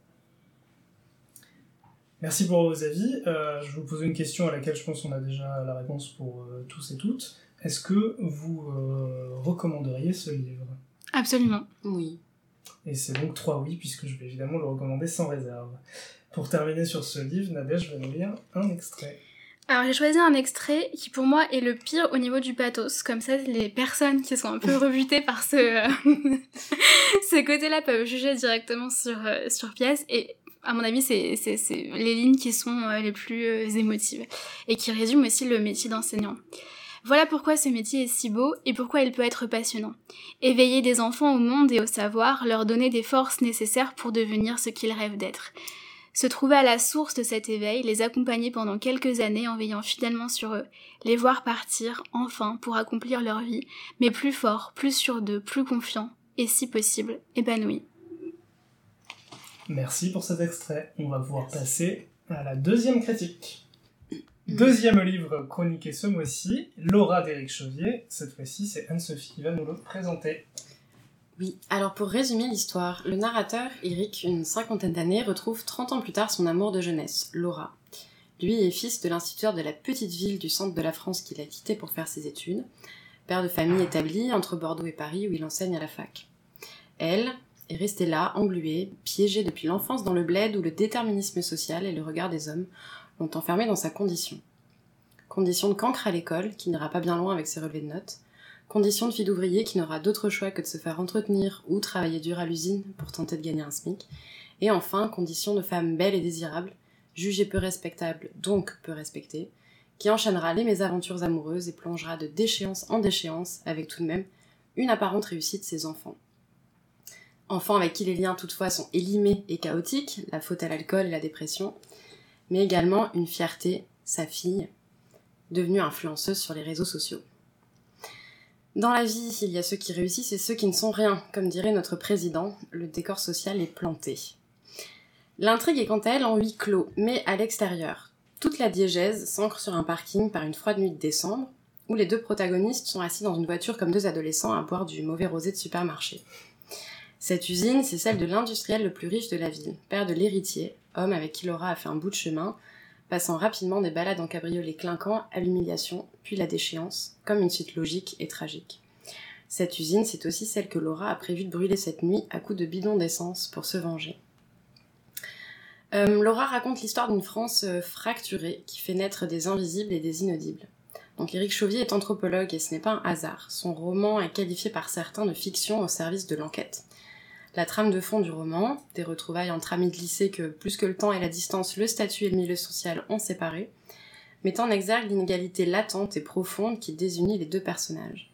Merci pour vos avis. Euh, je vais vous poser une question à laquelle je pense qu'on a déjà la réponse pour euh, tous et toutes. Est-ce que vous euh, recommanderiez ce livre ? Absolument. Oui. Et c'est donc trois oui, puisque je vais évidemment le recommander sans réserve. Pour terminer sur ce livre, Nadège va nous lire un extrait. Alors j'ai choisi un extrait qui pour moi est le pire au niveau du pathos. Comme ça, les personnes qui sont un peu rebutées par ce, euh, ce côté-là peuvent juger directement sur, euh, sur pièce. Et à mon avis, c'est, c'est, c'est les lignes qui sont euh, les plus euh, émotives et qui résument aussi le métier d'enseignant. Voilà pourquoi ce métier est si beau et pourquoi il peut être passionnant. Éveiller des enfants au monde et au savoir, leur donner des forces nécessaires pour devenir ce qu'ils rêvent d'être. Se trouver à la source de cet éveil, les accompagner pendant quelques années en veillant fidèlement sur eux, les voir partir, enfin, pour accomplir leur vie, mais plus forts, plus sûrs d'eux, plus confiants, et si possible, épanouis. Merci pour cet extrait. On va pouvoir passer à la deuxième critique. Deuxième livre chroniqué ce mois-ci, Laura d'Éric Chauvier. Cette fois-ci, c'est Anne-Sophie qui va nous le présenter. Oui, alors pour résumer l'histoire, le narrateur, Éric, une cinquantaine d'années, retrouve trente ans plus tard son amour de jeunesse, Laura. Lui est fils de l'instituteur de la petite ville du centre de la France qu'il a quitté pour faire ses études, père de famille établi entre Bordeaux et Paris où il enseigne à la fac. Elle est restée là, engluée, piégée depuis l'enfance dans le bled où le déterminisme social et le regard des hommes l'ont enfermée dans sa condition. Condition de cancre à l'école, qui n'ira pas bien loin avec ses relevés de notes, condition de fille d'ouvrier qui n'aura d'autre choix que de se faire entretenir ou travailler dur à l'usine pour tenter de gagner un SMIC, et enfin, condition de femme belle et désirable, jugée peu respectable, donc peu respectée, qui enchaînera les mésaventures amoureuses et plongera de déchéance en déchéance avec tout de même une apparente réussite de ses enfants. Enfants avec qui les liens toutefois sont élimés et chaotiques, la faute à l'alcool et la dépression, mais également une fierté, sa fille, devenue influenceuse sur les réseaux sociaux. Dans la vie, il y a ceux qui réussissent et ceux qui ne sont rien, comme dirait notre président, le décor social est planté. L'intrigue est quant à elle en huis clos, mais à l'extérieur. Toute la diégèse s'ancre sur un parking par une froide nuit de décembre, où les deux protagonistes sont assis dans une voiture comme deux adolescents à boire du mauvais rosé de supermarché. Cette usine, c'est celle de l'industriel le plus riche de la ville, père de l'héritier, homme avec qui Laura a fait un bout de chemin, passant rapidement des balades en cabriolet clinquant à l'humiliation, puis la déchéance, comme une suite logique et tragique. Cette usine, c'est aussi celle que Laura a prévu de brûler cette nuit à coups de bidon d'essence pour se venger. Euh, Laura raconte l'histoire d'une France euh, fracturée qui fait naître des invisibles et des inaudibles. Donc Éric Chauvier est anthropologue et ce n'est pas un hasard. Son roman est qualifié par certains de fiction au service de l'enquête. La trame de fond du roman, des retrouvailles entre amis de lycée que, plus que le temps et la distance, le statut et le milieu social ont séparé, met en exergue l'inégalité latente et profonde qui désunit les deux personnages.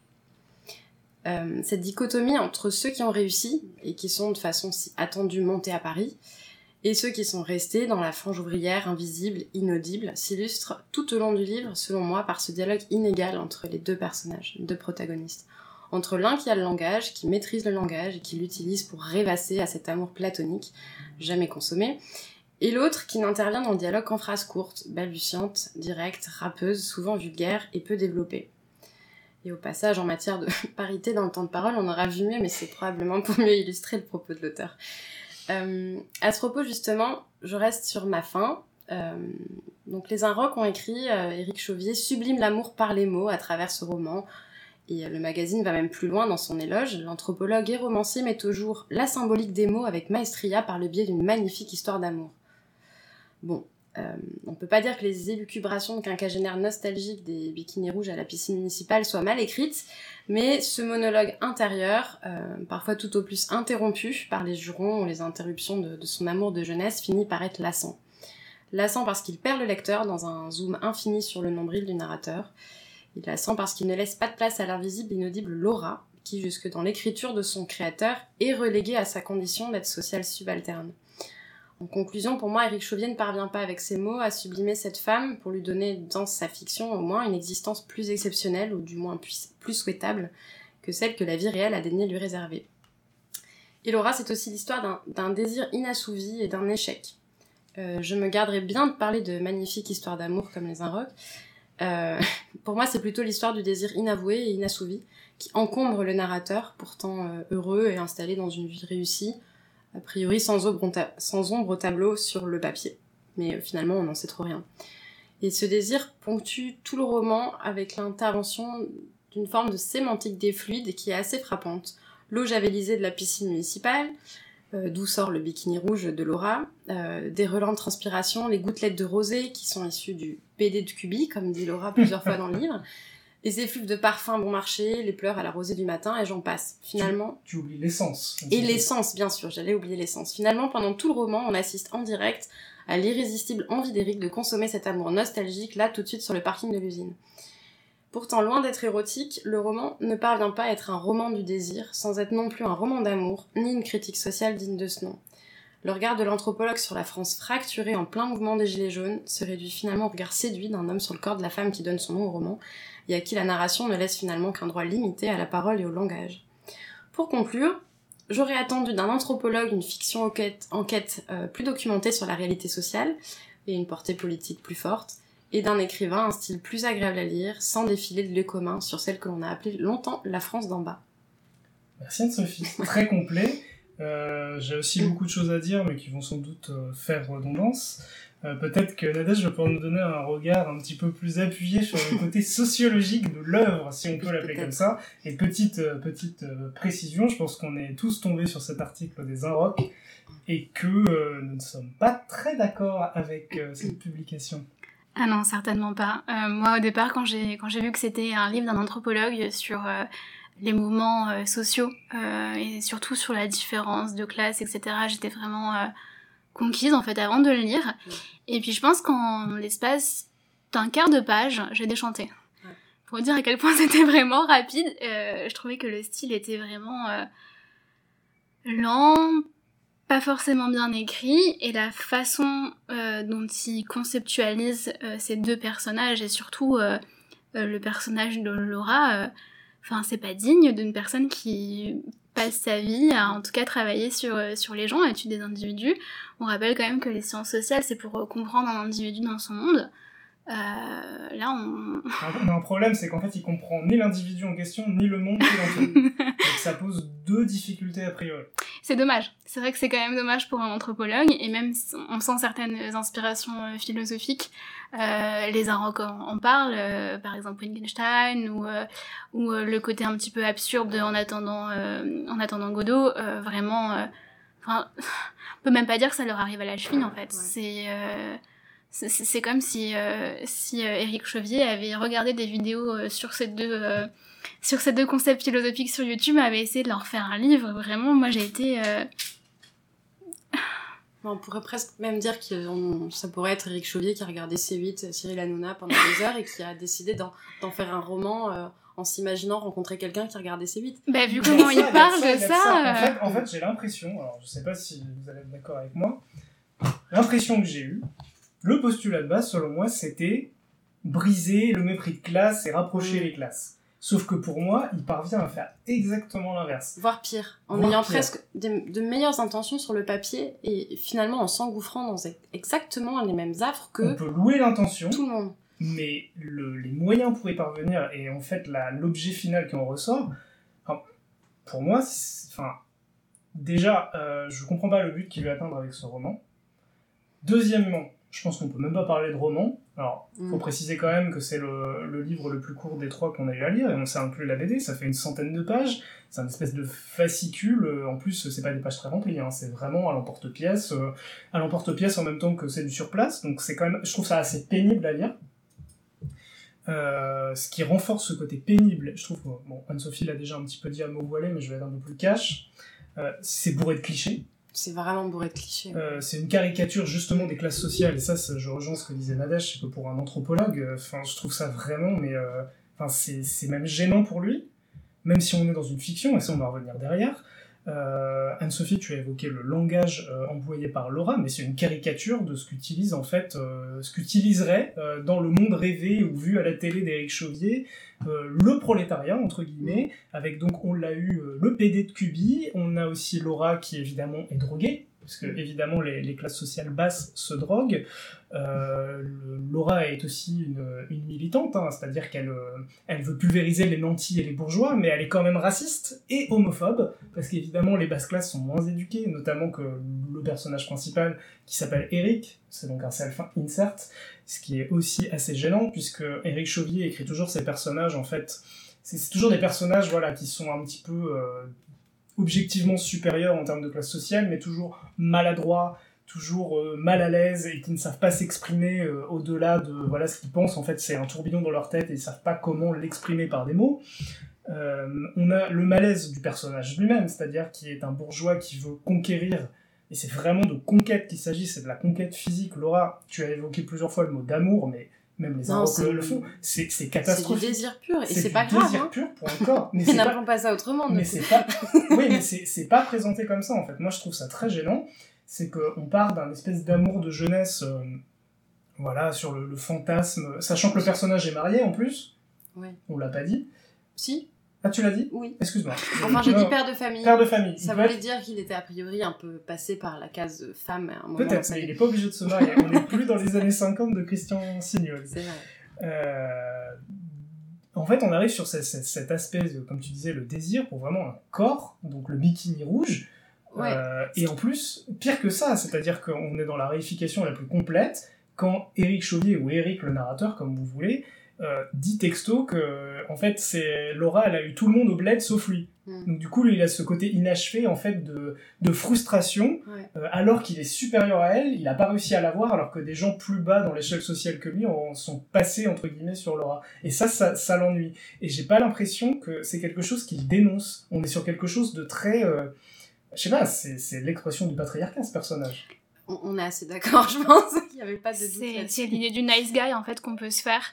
Euh, cette dichotomie entre ceux qui ont réussi, et qui sont de façon si attendue montés à Paris, et ceux qui sont restés dans la frange ouvrière invisible, inaudible, s'illustre tout au long du livre, selon moi, par ce dialogue inégal entre les deux personnages, les deux protagonistes. Entre l'un qui a le langage, qui maîtrise le langage et qui l'utilise pour rêvasser à cet amour platonique, jamais consommé, et l'autre qui n'intervient dans le dialogue qu'en phrases courtes, balbutiantes, directes, râpeuses, souvent vulgaires et peu développées. Et au passage, en matière de parité dans le temps de parole, on aura vu mieux, mais c'est probablement pour mieux illustrer le propos de l'auteur. Euh, à ce propos, justement, je reste sur ma fin. Euh, donc les Inrocks ont écrit, euh, Éric Chauvier sublime l'amour par les mots à travers ce roman, et le magazine va même plus loin dans son éloge. L'anthropologue et romancier met au jour la symbolique des mots avec maestria par le biais d'une magnifique histoire d'amour. Bon, euh, on peut pas dire que les élucubrations de quinquagénaires nostalgiques des bikinis rouges à la piscine municipale soient mal écrites, mais ce monologue intérieur, euh, parfois tout au plus interrompu par les jurons ou les interruptions de, de son amour de jeunesse, finit par être lassant. Lassant parce qu'il perd le lecteur dans un zoom infini sur le nombril du narrateur. Il la sent parce qu'il ne laisse pas de place à l'invisible inaudible Laura, qui, jusque dans l'écriture de son créateur, est reléguée à sa condition d'être sociale subalterne. En conclusion, pour moi, Éric Chauvier ne parvient pas avec ses mots à sublimer cette femme pour lui donner, dans sa fiction au moins, une existence plus exceptionnelle, ou du moins plus, plus souhaitable, que celle que la vie réelle a daigné lui réserver. Et Laura, c'est aussi l'histoire d'un, d'un désir inassouvi et d'un échec. Euh, je me garderai bien de parler de magnifiques histoires d'amour comme les Inrocks. Euh, pour moi, c'est plutôt l'histoire du désir inavoué et inassouvi qui encombre le narrateur, pourtant euh, heureux et installé dans une vie réussie, a priori sans ombre, ta- sans ombre au tableau sur le papier. Mais euh, finalement, on n'en sait trop rien. Et ce désir ponctue tout le roman avec l'intervention d'une forme de sémantique des fluides qui est assez frappante. L'eau javelisée de la piscine municipale, Euh, d'où sort le bikini rouge de Laura, euh, des relents de transpiration, les gouttelettes de rosée qui sont issues du P D de Cubi, comme dit Laura plusieurs fois dans le livre, les effluves de parfum bon marché, les pleurs à la rosée du matin, et j'en passe. Finalement... Tu, tu oublies l'essence. Et l'essence, bien sûr, j'allais oublier l'essence. Finalement, pendant tout le roman, on assiste en direct à l'irrésistible envie d'Éric de consommer cet amour nostalgique, là, tout de suite sur le parking de l'usine. Pourtant, loin d'être érotique, le roman ne parvient pas à être un roman du désir, sans être non plus un roman d'amour, ni une critique sociale digne de ce nom. Le regard de l'anthropologue sur la France fracturée en plein mouvement des Gilets jaunes se réduit finalement au regard séduit d'un homme sur le corps de la femme qui donne son nom au roman, et à qui la narration ne laisse finalement qu'un droit limité à la parole et au langage. Pour conclure, j'aurais attendu d'un anthropologue une fiction enquête, enquête euh, plus documentée sur la réalité sociale, et une portée politique plus forte, et d'un écrivain un style plus agréable à lire, sans défiler de lieux communs sur celle que l'on a appelée longtemps la France d'en bas. Merci Anne-Sophie, très complet. Euh, j'ai aussi beaucoup de choses à dire, mais qui vont sans doute euh, faire redondance. Euh, peut-être que Nadège va pouvoir nous donner un regard un petit peu plus appuyé sur le côté sociologique de l'œuvre, si on peut l'appeler comme ça. Et petite, euh, petite euh, précision, je pense qu'on est tous tombés sur cet article des Inrocks, et que euh, nous ne sommes pas très d'accord avec euh, cette publication. Ah non, certainement pas. Euh, moi, au départ, quand j'ai, quand j'ai vu que c'était un livre d'un anthropologue sur... Euh, les mouvements euh, sociaux euh, et surtout sur la différence de classe, et cetera. J'étais vraiment euh, conquise en fait avant de le lire. Ouais. Et puis je pense qu'en l'espace d'un quart de page, j'ai déchanté. Ouais. Pour dire à quel point c'était vraiment rapide, euh, je trouvais que le style était vraiment euh, lent, pas forcément bien écrit, et la façon euh, dont il conceptualise euh, ces deux personnages et surtout euh, euh, le personnage de Laura. Euh, Enfin, c'est pas digne d'une personne qui passe sa vie à, en tout cas, travailler sur, sur les gens, à étudier des individus. On rappelle quand même que les sciences sociales, c'est pour comprendre un individu dans son monde. Euh, là, on... On a un problème, c'est qu'en fait, il comprend ni l'individu en question, ni le monde qui l'entoure. Donc ça pose deux difficultés a priori. C'est dommage. C'est vrai que c'est quand même dommage pour un anthropologue, et même on sent certaines inspirations philosophiques. Euh, les Inrocks en, en parlent, euh, par exemple Wittgenstein, ou, euh, ou euh, le côté un petit peu absurde de En attendant, euh, en attendant Godot, euh, vraiment... Euh, on peut même pas dire que ça leur arrive à la cheville, en fait. Ouais. C'est... Euh, C'est, c'est comme si, euh, si euh, Éric Chauvier avait regardé des vidéos euh, sur, ces deux, euh, sur ces deux concepts philosophiques sur YouTube, avait essayé de leur faire un livre. Vraiment, moi j'ai été... Euh... On pourrait presque même dire que on, ça pourrait être Éric Chauvier qui a regardé C huit, Cyril Hanouna pendant des heures et qui a décidé d'en, d'en faire un roman euh, en s'imaginant rencontrer quelqu'un qui regardait C huit. Bah vu comment il parle de ça... ça. En, fait, en fait, j'ai l'impression, alors je sais pas si vous allez être d'accord avec moi, l'impression que j'ai eue, le postulat de base, selon moi, c'était briser le mépris de classe et rapprocher mmh. les classes. Sauf que pour moi, il parvient à faire exactement l'inverse. Voire pire, en Voire ayant pire. presque des, de meilleures intentions sur le papier et finalement en s'engouffrant dans exactement les mêmes affres que... On peut louer l'intention, tout le monde. Mais le, les moyens pour y parvenir et en fait la, l'objet final qui en ressort, enfin, pour moi, enfin, déjà, euh, je comprends pas le but qu'il veut atteindre avec ce roman. Deuxièmement, je pense qu'on peut même pas parler de roman. Alors, il faut mmh. préciser quand même que c'est le, le livre le plus court des trois qu'on a eu à lire, et on s'est inclus la B D, ça fait une centaine de pages, c'est un espèce de fascicule, en plus c'est pas des pages très remplies, hein, c'est vraiment à l'emporte-pièce, euh, à l'emporte-pièce en même temps que c'est du surplace, donc c'est quand même, je trouve ça assez pénible à lire. Euh, ce qui renforce ce côté pénible, je trouve, bon, Anne-Sophie l'a déjà un petit peu dit à mot voilé, mais je vais être un peu plus cash, euh, c'est bourré de clichés. C'est vraiment bourré de clichés. Euh, c'est une caricature justement des classes sociales, et ça, ça je rejoins ce que disait Nadège, c'est que pour un anthropologue, enfin, euh, je trouve ça vraiment, mais euh, c'est, c'est même gênant pour lui, même si on est dans une fiction, et ça on va revenir derrière. Euh, Anne-Sophie, tu as évoqué le langage euh, employé par Laura, mais c'est une caricature de ce qu'utilise en fait, euh, ce qu'utiliserait euh, dans le monde rêvé ou vu à la télé d'Éric Chauvier, euh, le prolétariat entre guillemets, avec donc on l'a eu euh, le P D de Cuby, on a aussi Laura qui évidemment est droguée, parce que évidemment les, les classes sociales basses se droguent. Euh, le, Laura est aussi une, une militante, hein, c'est-à-dire qu'elle euh, elle veut pulvériser les nantis et les bourgeois, mais elle est quand même raciste et homophobe, parce qu'évidemment les basses classes sont moins éduquées, notamment que le personnage principal qui s'appelle Eric, c'est donc un self-insert, ce qui est aussi assez gênant, puisque Éric Chauvier écrit toujours ses personnages, en fait, c'est, c'est toujours des personnages voilà, qui sont un petit peu... Euh, objectivement supérieurs en termes de classe sociale, mais toujours maladroits, toujours euh, mal à l'aise, et qui ne savent pas s'exprimer euh, au-delà de voilà, ce qu'ils pensent. En fait, c'est un tourbillon dans leur tête, et ils ne savent pas comment l'exprimer par des mots. Euh, on a le malaise du personnage lui-même, c'est-à-dire qui est un bourgeois qui veut conquérir, et c'est vraiment de conquête qu'il s'agit, c'est de la conquête physique. Laura, tu as évoqué plusieurs fois le mot d'amour, mais même les Inrocks le, le font, c'est, c'est catastrophique. C'est du désir pur, et c'est, c'est pas grave. C'est du désir hein. pur pour un corps. Mais c'est n'appelons pas... pas ça autrement. Mais c'est pas... Oui, mais c'est, c'est pas présenté comme ça, en fait. Moi, je trouve ça très gênant. c'est qu'on part d'un espèce d'amour de jeunesse, euh, voilà, sur le, le fantasme, sachant que le personnage est marié en plus. Ouais. On l'a pas dit. Si. Ah, tu l'as dit ? Oui. Excuse-moi. Enfin, j'ai dit père de famille. Père de famille. Ça Il voulait être... dire qu'il était a priori un peu passé par la case femme à un moment. Peut-être, mais il n'est pas obligé de se marier. On n'est plus dans les années cinquante de Christian Signol. C'est vrai. Euh... En fait, on arrive sur cet, cet aspect, de, comme tu disais, le désir pour vraiment un corps, donc le bikini rouge. Ouais. Euh, et en plus, pire que ça, c'est-à-dire qu'on est dans la réification la plus complète quand Éric Chauvier, ou Éric le narrateur, comme vous voulez, Euh, dit texto que en fait c'est Laura, elle a eu tout le monde au bled sauf lui. Mm. Donc du coup lui il a ce côté inachevé en fait de, de frustration, ouais. euh, alors qu'il est supérieur à elle, il a pas réussi à l'avoir alors que des gens plus bas dans l'échelle sociale que lui en sont passés entre guillemets sur Laura. Et ça ça, ça l'ennuie. Et j'ai pas l'impression que c'est quelque chose qu'il dénonce. On est sur quelque chose de très euh, je sais pas, c'est, c'est l'expression du patriarcat ce personnage. On, on est assez d'accord, je pense qu'il y avait pas de doute c'est, là-dessus. c'est l'idée du nice guy en fait qu'on peut se faire.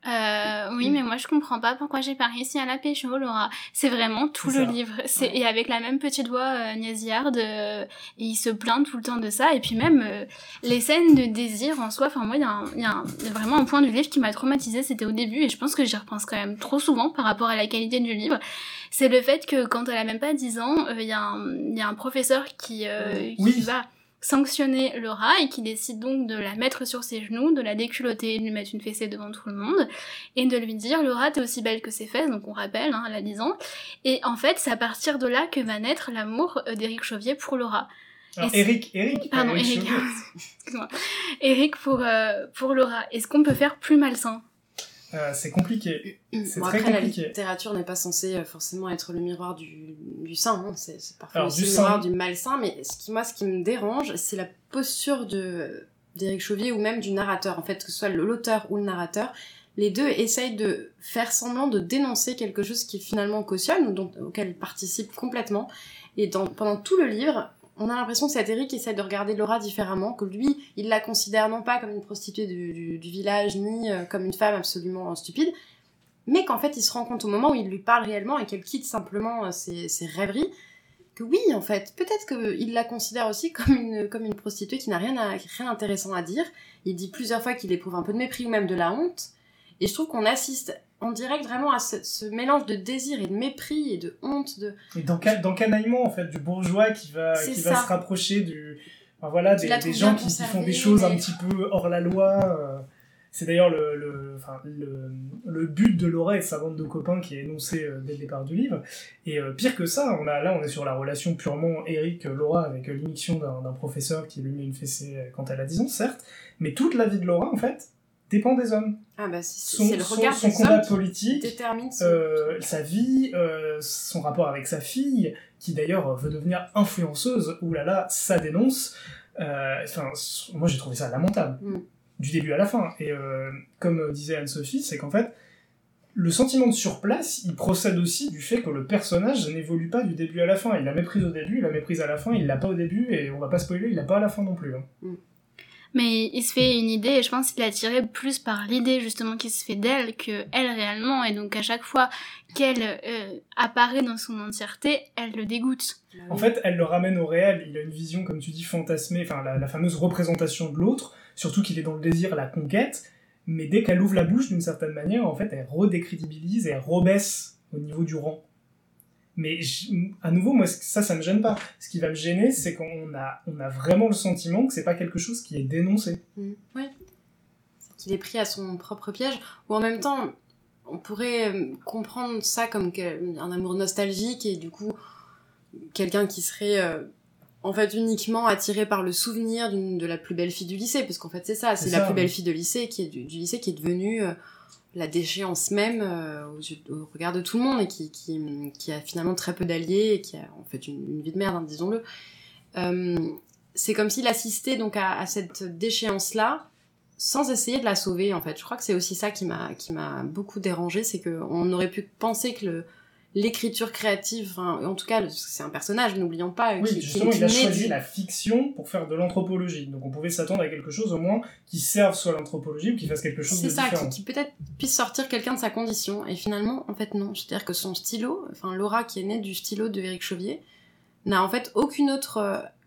Euh, oui, mais moi je comprends pas pourquoi j'ai pas réussi à la pécho, Laura. C'est vraiment tout c'est le ça. livre. C'est, ouais. Et avec la même petite voix euh, niaisearde, euh, et il se plaint tout le temps de ça. Et puis même euh, les scènes de désir en soi, enfin moi il y a, un, y a un, vraiment un point du livre qui m'a traumatisée, c'était au début, et je pense que j'y repense quand même trop souvent par rapport à la qualité du livre. C'est le fait que quand elle a même pas dix ans, il euh, y, y a un professeur qui, euh, oui. qui va sanctionner Laura et qui décide donc de la mettre sur ses genoux, de la déculotter, de lui mettre une fessée devant tout le monde et de lui dire Laura t'es aussi belle que ses fesses, donc on rappelle hein, à la dix ans, et en fait c'est à partir de là que va naître l'amour d'Éric Chauvier pour Laura. Alors, Éric, Éric, pardon, Éric, Éric, excuse-moi, Éric pour, euh, pour Laura. Est-ce qu'on peut faire plus malsain ? Euh, c'est compliqué. C'est bon, très après, compliqué. La littérature n'est pas censée euh, forcément être le miroir du, du sain, hein. c'est, c'est parfois Alors, aussi le sein... miroir du malsain, mais ce qui, moi, ce qui me dérange, c'est la posture de, d'Éric Chauvier ou même du narrateur. En fait, que ce soit l'auteur ou le narrateur, les deux essayent de faire semblant de dénoncer quelque chose qui finalement cautionne, ou dont, auquel ils participent complètement. Et dans, pendant tout le livre, on a l'impression que cet Éric essaie de regarder Laura différemment, que lui, il la considère non pas comme une prostituée du, du, du village, ni euh, comme une femme absolument stupide, mais qu'en fait, il se rend compte au moment où il lui parle réellement et qu'elle quitte simplement euh, ses, ses rêveries, que oui, en fait, peut-être qu'il la considère aussi comme une, comme une prostituée qui n'a rien, à, rien d'intéressant à dire. Il dit plusieurs fois qu'il éprouve un peu de mépris ou même de la honte, et je trouve qu'on assiste en direct vraiment à ce, ce mélange de désir et de mépris et de honte. De... Et d'enca- d'encanaillement, en fait, du bourgeois qui va, qui va se rapprocher du... Enfin, voilà, des, des gens qui, qui font des choses mais... un petit peu hors la loi. Euh, c'est d'ailleurs le, le, enfin, le, le but de Laura et de sa bande de copains qui est énoncé euh, dès le départ du livre. Et euh, pire que ça, on a, là on est sur la relation purement Éric-Laura avec euh, l'immixtion d'un, d'un professeur qui lui met une fessée quand elle a dix ans, certes. Mais toute la vie de Laura, en fait, dépend des hommes. Ah bah c'est, son, c'est le regard son, des son combat hommes politique, qui détermine son... euh, sa vie, euh, son rapport avec sa fille, qui d'ailleurs veut devenir influenceuse. Ouh là là, ça dénonce. Euh, enfin, moi j'ai trouvé ça lamentable, mm. du début à la fin. Et euh, comme disait Anne-Sophie, c'est qu'en fait, le sentiment de surplace, il procède aussi du fait que le personnage n'évolue pas du début à la fin. Il l'a méprise au début, il l'a méprise à la fin, il l'a pas au début, et on va pas spoiler, il l'a pas à la fin non plus. Hein. Mm. Mais il se fait une idée, et je pense qu'il est attiré plus par l'idée justement qui se fait d'elle que elle réellement, et donc à chaque fois qu'elle euh, apparaît dans son entièreté, elle le dégoûte. En fait, elle le ramène au réel, il a une vision, comme tu dis, fantasmée, enfin la, la fameuse représentation de l'autre, surtout qu'il est dans le désir, la conquête, mais dès qu'elle ouvre la bouche d'une certaine manière, en fait, elle redécrédibilise et elle rebaisse au niveau du rang. Mais à nouveau, moi, ça, ça me gêne pas. Ce qui va me gêner, c'est qu'on a, on a vraiment le sentiment que c'est pas quelque chose qui est dénoncé. Mmh. Oui. C'est qu'il est pris à son propre piège. Ou en même temps, on pourrait comprendre ça comme un amour nostalgique et du coup, quelqu'un qui serait euh, en fait uniquement attiré par le souvenir d'une, de la plus belle fille du lycée. Parce qu'en fait, c'est ça. C'est, c'est la ça, plus belle fille de lycée qui est du, du lycée qui est devenue... Euh, la déchéance même euh, aux yeux, au regard de tout le monde et qui, qui, qui a finalement très peu d'alliés et qui a en fait une, une vie de merde, hein, disons-le. Euh, c'est comme s'il assistait donc à, à cette déchéance-là sans essayer de la sauver en fait. Je crois que c'est aussi ça qui m'a, qui m'a beaucoup dérangée, c'est qu'on aurait pu penser que le, l'écriture créative, enfin, en tout cas c'est un personnage, n'oublions pas. Oui, qui, justement qui, il a qui choisi du... la fiction pour faire de l'anthropologie, donc on pouvait s'attendre à quelque chose au moins qui serve soit l'anthropologie ou qui fasse quelque chose c'est de ça, différent. C'est ça, qui, qui peut-être puisse sortir quelqu'un de sa condition, et finalement, en fait non, c'est-à-dire que son stylo, enfin Laura qui est née du stylo de Éric Chauvier, n'a en fait aucune autre euh,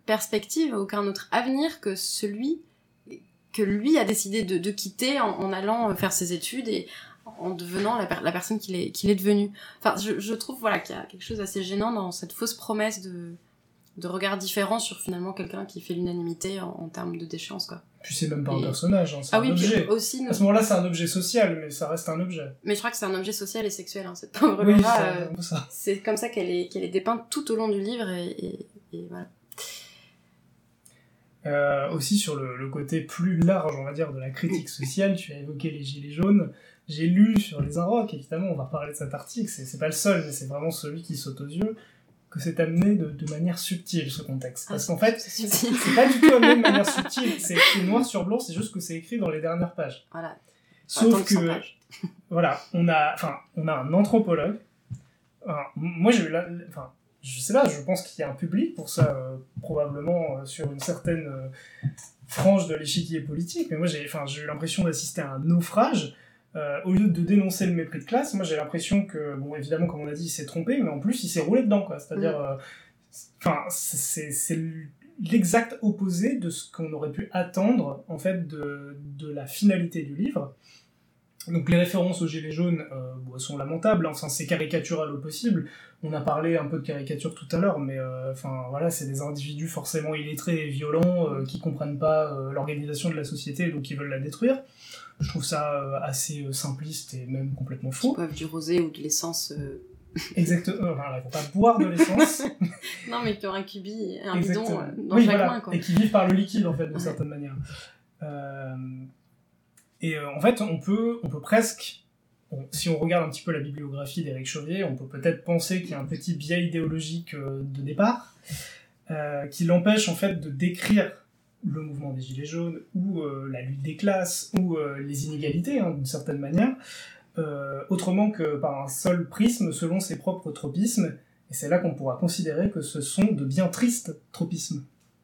perspective, aucun autre avenir que celui que lui a décidé de, de quitter en, en allant faire ses études et en devenant la, per- la personne qu'il est, qu'il est devenu. Enfin, je, je trouve voilà, qu'il y a quelque chose d'assez gênant dans cette fausse promesse de, de regard différent sur finalement quelqu'un qui fait l'unanimité en, en termes de déchéance, quoi. Puis c'est même pas un Et... personnage, hein, c'est ah un oui, objet. Aussi, nous... À ce moment-là, c'est un objet social, mais ça reste un objet. Mais je crois que c'est un objet social et sexuel, hein, cette pauvre Oui, Laura. c'est euh, un peu ça. C'est comme ça qu'elle est, qu'elle est dépeinte tout au long du livre, et, et, et voilà. Euh, aussi sur le, le côté plus large, on va dire, de la critique sociale, tu as évoqué les gilets jaunes. J'ai lu sur les Inrocks, évidemment, on va reparler de cet article, c'est, c'est pas le seul, mais c'est vraiment celui qui saute aux yeux, que c'est amené de, de manière subtile, ce contexte. Parce ah, qu'en fait, c'est, c'est, c'est pas du tout amené de manière subtile, c'est écrit noir sur blanc, c'est juste que c'est écrit dans les dernières pages. Voilà. Sauf que, voilà, on a, enfin, on a un anthropologue, enfin, moi j'ai eu la, enfin, je sais pas, je pense qu'il y a un public pour ça, euh, probablement euh, sur une certaine euh, frange de l'échiquier politique, mais moi j'ai, enfin, j'ai eu l'impression d'assister à un naufrage. Euh, au lieu de dénoncer le mépris de classe, moi j'ai l'impression que, bon évidemment comme on a dit, il s'est trompé, mais en plus il s'est roulé dedans, quoi. C'est-à-dire, enfin, euh, c'est, c'est l'exact opposé de ce qu'on aurait pu attendre, en fait, de, de la finalité du livre. Donc les références aux gilets jaunes euh, bon, sont lamentables, enfin c'est caricatural au possible. On a parlé un peu de caricature tout à l'heure, mais euh, enfin voilà, c'est des individus forcément illettrés et violents euh, qui comprennent pas euh, l'organisation de la société, donc qui veulent la détruire. Je trouve ça euh, assez euh, simpliste et même complètement faux. Ils boivent du rosé ou de l'essence. Euh... Exactement. Enfin, ils vont pas boire de l'essence. Non, mais qui ont un cubi, un Exactement. bidon euh, dans oui, chaque voilà. main, quoi. Et qui vivent par le liquide en fait, de ouais. certaine manière. Euh... Et euh, en fait, on peut, on peut presque, bon, si on regarde un petit peu la bibliographie d'Éric Chauvier, on peut peut-être penser qu'il y a un petit biais idéologique euh, de départ, euh, qui l'empêche en fait de décrire le mouvement des Gilets jaunes, ou euh, la lutte des classes, ou euh, les inégalités, hein, d'une certaine manière, euh, autrement que par un seul prisme, selon ses propres tropismes, et c'est là qu'on pourra considérer que ce sont de bien tristes tropismes.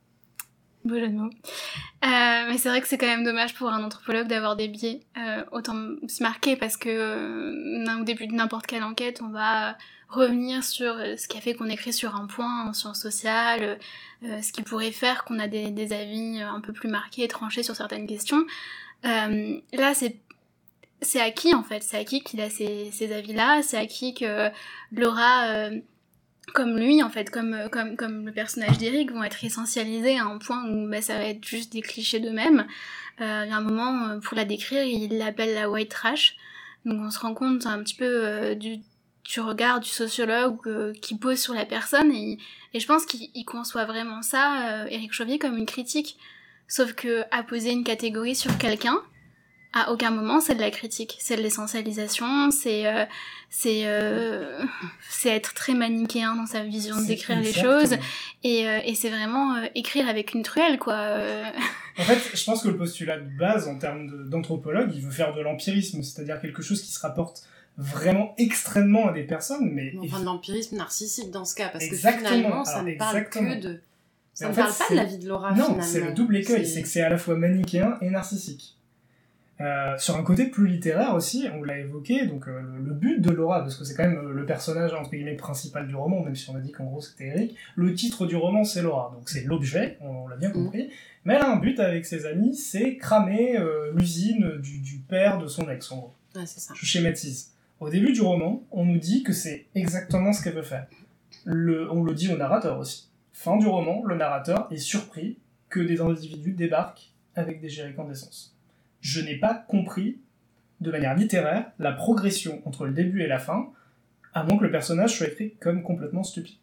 Beau jeu de mots. Euh, mais c'est vrai que c'est quand même dommage pour un anthropologue d'avoir des biais euh, autant se marquer, parce que euh, au début de n'importe quelle enquête, on va revenir sur ce qui a fait qu'on écrit sur un point en sciences sociales, euh, ce qui pourrait faire qu'on a des, des avis un peu plus marqués et tranchés sur certaines questions. Euh, là, c'est c'est acquis en fait, c'est acquis qu'il a ces, ces avis-là, c'est acquis que Laura... Euh, comme lui, en fait, comme, comme, comme le personnage d'Éric, vont être essentialisés à un point où bah, ça va être juste des clichés d'eux-mêmes. Euh, il y a un moment, pour la décrire, il l'appelle la white trash. Donc on se rend compte un petit peu euh, du, du regard du sociologue euh, qui pose sur la personne. Et, et je pense qu'il il conçoit vraiment ça, euh, Éric Chauvier, comme une critique. Sauf que à poser une catégorie sur quelqu'un, à aucun moment c'est de la critique, c'est de l'essentialisation, c'est euh, c'est euh, c'est être très manichéen dans sa vision de décrire les choses, et euh, et c'est vraiment euh, écrire avec une truelle, quoi. Euh... En fait, je pense que le postulat de base en termes de, d'anthropologue, il veut faire de l'empirisme, c'est-à-dire quelque chose qui se rapporte vraiment extrêmement à des personnes, mais enfin de l'empirisme narcissique dans ce cas, parce exactement. que finalement ça Alors, ne parle exactement. que de ça mais ne en fait, parle pas c'est... de la vie de Laura. Non, finalement. c'est le double écueil, c'est... c'est que c'est à la fois manichéen et narcissique. Euh, sur un côté plus littéraire aussi, on l'a évoqué, donc euh, le, le but de Laura, parce que c'est quand même le personnage entre guillemets principal du roman, même si on a dit qu'en gros c'était Éric, le titre du roman c'est Laura, donc c'est l'objet, on, on l'a bien compris, mmh. mais elle a un but avec ses amis, c'est cramer euh, l'usine du, du père de son ex, en gros. Ouais, c'est ça. Je schématise. Au début du roman, on nous dit que c'est exactement ce qu'elle veut faire. Le, on le dit au narrateur aussi. Fin du roman, le narrateur est surpris que des individus débarquent avec des jerrycans d'essence. Je n'ai pas compris, de manière littéraire, la progression entre le début et la fin, à moins que le personnage soit écrit comme complètement stupide.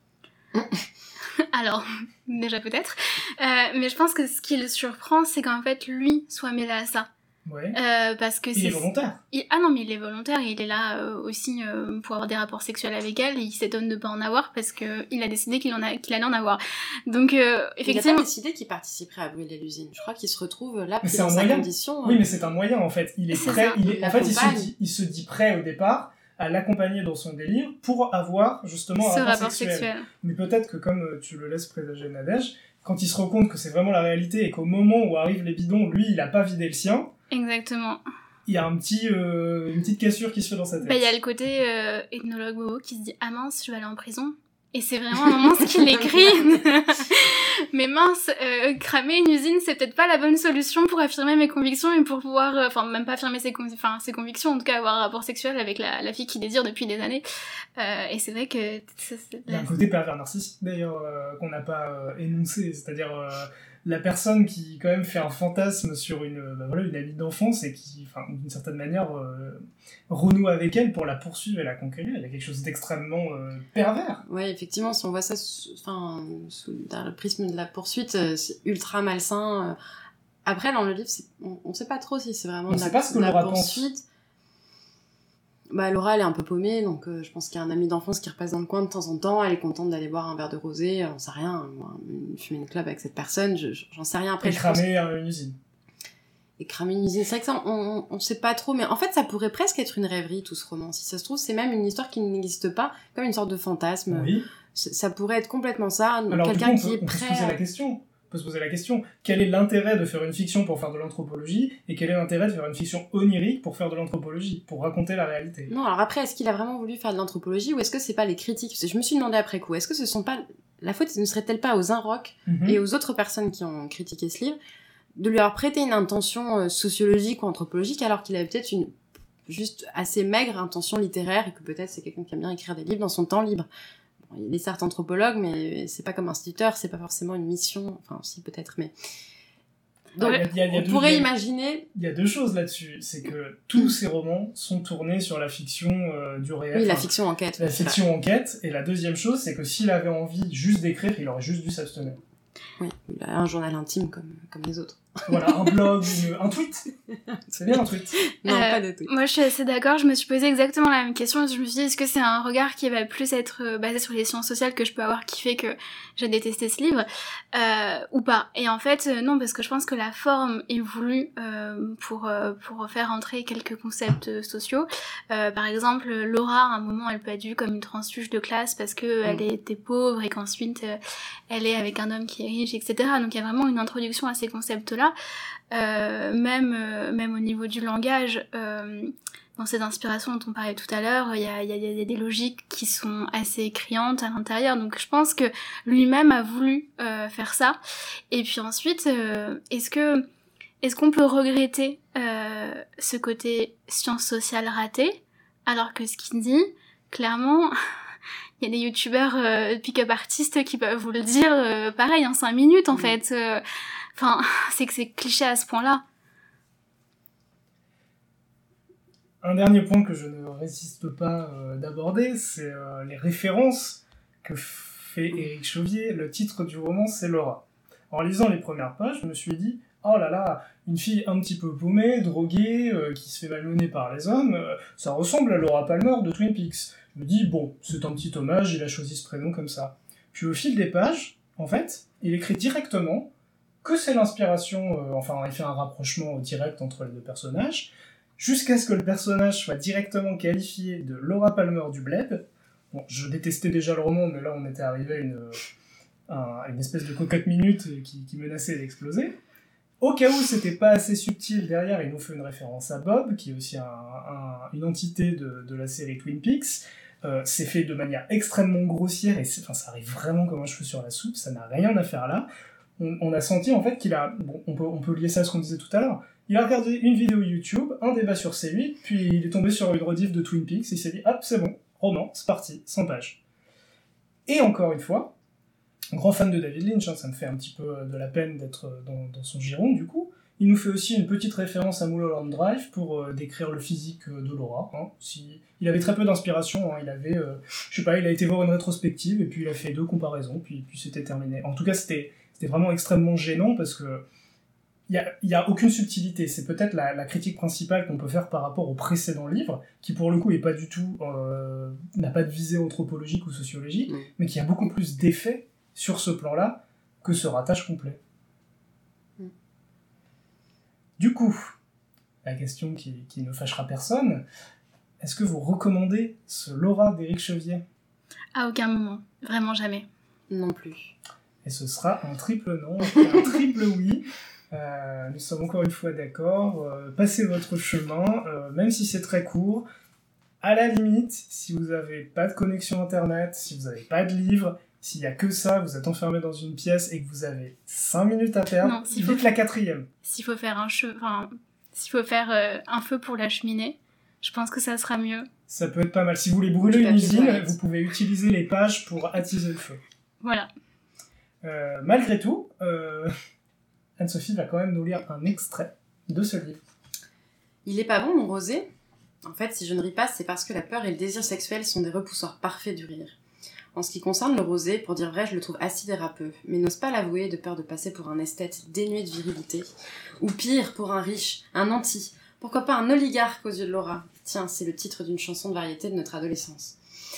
Alors, déjà peut-être, euh, mais je pense que ce qui le surprend, c'est qu'en fait, lui soit mêlé à ça. Ouais. Euh, parce que il c'est... est volontaire. Il... Ah non, mais il est volontaire, il est là euh, aussi euh, pour avoir des rapports sexuels avec elle, et il s'étonne de pas en avoir parce qu'il a décidé qu'il, en a... qu'il allait en avoir. Donc, euh, effectivement... Il a pas décidé qu'il participerait à brûler l'usine. Je crois qu'il se retrouve là, mais pris c'est dans un sa moyen. condition. Oui, mais c'est un moyen, en fait. Il est c'est prêt... Ça. Il est... Il en fait, il se, l'accompagne. dit... il se dit prêt au départ à l'accompagner dans son délire pour avoir, justement, un Ce rapport, rapport sexuel. sexuel. Mais peut-être que, comme tu le laisses présager Nadège, quand il se rend compte que c'est vraiment la réalité et qu'au moment où arrivent les bidons, lui, il a pas vidé le sien... Exactement. Il y a un petit, euh, une petite cassure qui se fait dans sa tête. Bah, il y a le côté euh, ethnologue bobo qui se dit « Ah mince, je vais aller en prison ». Et c'est vraiment un moment ce qu'il écrit. Mais mince, euh, cramer une usine, c'est peut-être pas la bonne solution pour affirmer mes convictions et pour pouvoir, euh, enfin même pas affirmer ses, con- ses convictions, en tout cas avoir un rapport sexuel avec la, la fille qui désire depuis des années. Euh, et c'est vrai que... C'est, c'est, Il y a un côté pervers narcissique d'ailleurs euh, qu'on n'a pas euh, énoncé, c'est-à-dire euh, la personne qui quand même fait un fantasme sur une, bah, voilà, une amie d'enfance et qui, enfin, d'une certaine manière, euh, renoue avec elle pour la poursuivre et la conquérir. Il y a quelque chose d'extrêmement euh, pervers. Ouais, effectivement, si on voit ça sous, enfin, sous dans le prisme de la poursuite, euh, c'est ultra malsain. Euh. Après, dans le livre, c'est, on, on sait pas trop si c'est vraiment On de sait la, pas ce que de la Laura poursuite. pense. Bah, Laura, elle est un peu paumée, donc euh, je pense qu'il y a un ami d'enfance qui repasse dans le coin de temps en temps. Elle est contente d'aller boire un verre de rosé, on sait rien, moi, fumer une clope avec cette personne, je, j'en sais rien. Après, Et je pense... cramer euh, une usine. Et cramer une usine, c'est vrai que ça, on, on, on sait pas trop, mais en fait, ça pourrait presque être une rêverie, tout ce roman. Si ça se trouve, c'est même une histoire qui n'existe pas, comme une sorte de fantasme. Oui. C- ça pourrait être complètement ça, Alors quelqu'un du coup, on qui peut, est on peut se prêt poser à... la question. On peut se poser la question. Quel est l'intérêt de faire une fiction pour faire de l'anthropologie et quel est l'intérêt de faire une fiction onirique pour faire de l'anthropologie, pour raconter la réalité? Non, alors après, est-ce qu'il a vraiment voulu faire de l'anthropologie ou est-ce que c'est pas les critiques? Parce que je me suis demandé après coup, est-ce que ce sont pas... La faute ne serait-elle pas aux Inrocks Mm-hmm. et aux autres personnes qui ont critiqué ce livre de lui avoir prêté une intention euh, sociologique ou anthropologique alors qu'il avait peut-être une juste assez maigre intention littéraire et que peut-être c'est quelqu'un qui aime bien écrire des livres dans son temps libre. Bon, il est certes anthropologue, mais c'est pas comme instituteur, c'est pas forcément une mission, enfin si peut-être, mais... Donc, Il y a- il y a- il y a on deux- pourrait il y a- imaginer... Il y a deux choses là-dessus. C'est que tous ces romans sont tournés sur la fiction euh, du réel. Oui, la Enfin, fiction enquête. La fiction enquête. Et la deuxième chose, c'est que s'il avait envie juste d'écrire, il aurait juste dû s'abstenir. Oui, il a un journal intime comme, comme les autres. Voilà, un blog, une- un tweet. C'est bien un tweet. Non, Euh, pas de tout. Moi, je suis assez d'accord. Je me suis posé exactement la même question. Je me suis dit, est-ce que c'est un regard qui va plus être euh, basé sur les sciences sociales que je peux avoir qui fait que j'ai détesté ce livre euh, ou pas? Et en fait, euh, non, parce que je pense que la forme est voulue euh, pour euh, pour faire entrer quelques concepts euh, sociaux. Euh, par exemple, Laura, à un moment, elle peut être vue comme une transfuge de classe parce que elle était pauvre et qu'ensuite euh, elle est avec un homme qui est riche, et cetera. Donc il y a vraiment une introduction à ces concepts-là. Euh, même euh, même au niveau du langage, euh, dans ces inspirations dont on parlait tout à l'heure, il y a, y, a, y a des logiques qui sont assez criantes à l'intérieur, donc je pense que lui-même a voulu euh, faire ça. Et puis ensuite, euh, est-ce que est-ce qu'on peut regretter euh, ce côté sciences sociales raté, alors que ce qu'il dit, clairement, il y a des youtubeurs euh, pick-up artistes qui peuvent vous le dire euh, pareil en cinq minutes en mmh. fait. Euh, Enfin, c'est que c'est cliché à ce point-là. Un dernier point que je ne résiste pas euh, d'aborder, c'est euh, les références que fait Éric Chauvier. Le titre du roman, c'est Laura. En lisant les premières pages, je me suis dit, oh là là, une fille un petit peu paumée, droguée, euh, qui se fait malmener par les hommes, euh, ça ressemble à Laura Palmer de Twin Peaks. Je me dis, bon, c'est un petit hommage, il a choisi ce prénom comme ça. Puis au fil des pages, en fait, il écrit directement que c'est l'inspiration, euh, enfin il fait un rapprochement direct entre les deux personnages, jusqu'à ce que le personnage soit directement qualifié de Laura Palmer du Bled. Bon, je détestais déjà le roman, mais là on était arrivé à une, à une espèce de cocotte minute qui, qui menaçait d'exploser. Au cas où c'était pas assez subtil derrière, il nous fait une référence à Bob, qui est aussi un, un, une entité de, de la série Twin Peaks. Euh, c'est fait de manière extrêmement grossière, et enfin, ça arrive vraiment comme un cheveu sur la soupe, ça n'a rien à faire là. On, on a senti en fait qu'il a, bon, on peut, on peut lier ça à ce qu'on disait tout à l'heure, il a regardé une vidéo YouTube, un débat sur C huit, puis il est tombé sur une rediff de Twin Peaks, et il s'est dit, hop, c'est bon, roman, c'est parti, cent pages. Et encore une fois, grand fan de David Lynch, hein, ça me fait un petit peu de la peine d'être dans, dans son giron, du coup, il nous fait aussi une petite référence à Mulholland Drive pour euh, décrire le physique de Laura. Hein. Si... Il avait très peu d'inspiration, hein. il avait, euh, je sais pas, il a été voir une rétrospective, et puis il a fait deux comparaisons, puis, puis c'était terminé. En tout cas, c'était... C'était vraiment extrêmement gênant parce que il y a, y a aucune subtilité. C'est peut-être la, la critique principale qu'on peut faire par rapport au précédent livre, qui pour le coup est pas du tout euh, n'a pas de visée anthropologique ou sociologique, mmh. mais qui a beaucoup plus d'effet sur ce plan-là que ce ratage complet. Mmh. Du coup, la question qui, qui ne fâchera personne, est-ce que vous recommandez ce Laura d'Éric Chauvier ? À aucun moment, vraiment jamais. Non plus. Et ce sera un triple non, un triple oui. Euh, nous sommes encore une fois d'accord. Euh, passez votre chemin, euh, même si c'est très court. À la limite, si vous n'avez pas de connexion internet, si vous n'avez pas de livre, s'il y a que ça, vous êtes enfermé dans une pièce et que vous avez cinq minutes à perdre, Non, s'il vite faut- la quatrième. S'il faut faire un, che- enfin, s'il faut faire euh, un feu pour la cheminée, je pense que ça sera mieux. Ça peut être pas mal. Si vous voulez brûler Du une papier usine, toilette. vous pouvez utiliser les pages pour attiser le feu. Voilà. Euh, malgré tout, euh, Anne-Sophie va quand même nous lire un extrait de ce livre. Il est pas bon, mon rosé? En fait, si je ne ris pas, c'est parce que la peur et le désir sexuel sont des repoussoirs parfaits du rire. En ce qui concerne le rosé, pour dire vrai, je le trouve acide et râpeux, mais n'ose pas l'avouer de peur de passer pour un esthète dénué de virilité. Ou pire, pour un riche, un anti, pourquoi pas un oligarque aux yeux de Laura. Tiens, c'est le titre d'une chanson de variété de notre adolescence.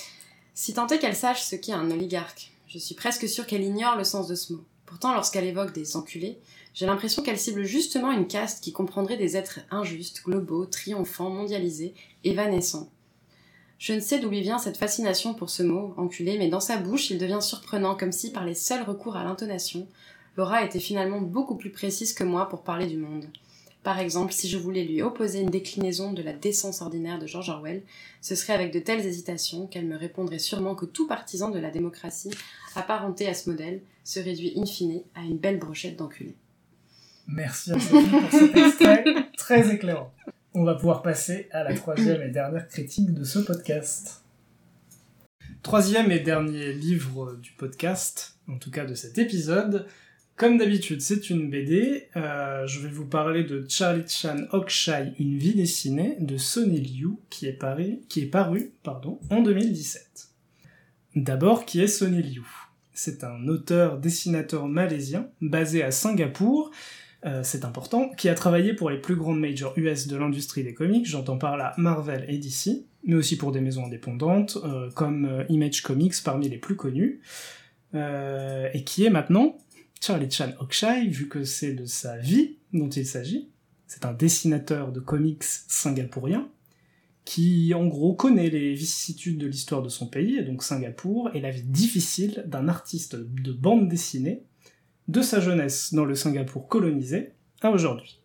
Si tant est qu'elle sache ce qu'est un oligarque, je suis presque sûre qu'elle ignore le sens de ce mot. Pourtant, lorsqu'elle évoque des enculés, j'ai l'impression qu'elle cible justement une caste qui comprendrait des êtres injustes, globaux, triomphants, mondialisés, évanescents. Je ne sais d'où lui vient cette fascination pour ce mot, enculé, mais dans sa bouche, il devient surprenant, comme si, par les seuls recours à l'intonation, Laura était finalement beaucoup plus précise que moi pour parler du monde. Par exemple, si je voulais lui opposer une déclinaison de la décence ordinaire de George Orwell, ce serait avec de telles hésitations qu'elle me répondrait sûrement que tout partisan de la démocratie, apparenté à ce modèle, se réduit in fine à une belle brochette d'enculés. Merci Anne-Sophie pour cet extrait très éclairant. On va pouvoir passer à la troisième et dernière critique de ce podcast. Troisième et dernier livre du podcast, en tout cas de cet épisode. Comme d'habitude, c'est une B D. Euh, je vais vous parler de Charlie Chan Oksai, une vie dessinée de Sonny Liu, qui est, paru, qui est paru pardon, en deux mille dix-sept. D'abord, qui est Sonny Liu? C'est un auteur-dessinateur malaisien, basé à Singapour, Euh, c'est important, qui a travaillé pour les plus grandes majors U S de l'industrie des comics, j'entends par là Marvel et D C, mais aussi pour des maisons indépendantes, euh, comme euh, Image Comics parmi les plus connus, euh, et qui est maintenant Charlie Chan Oksai, vu que c'est de sa vie dont il s'agit. C'est un dessinateur de comics singapourien, qui en gros connaît les vicissitudes de l'histoire de son pays, et donc Singapour, et la vie difficile d'un artiste de bande dessinée, de sa jeunesse dans le Singapour colonisé à aujourd'hui.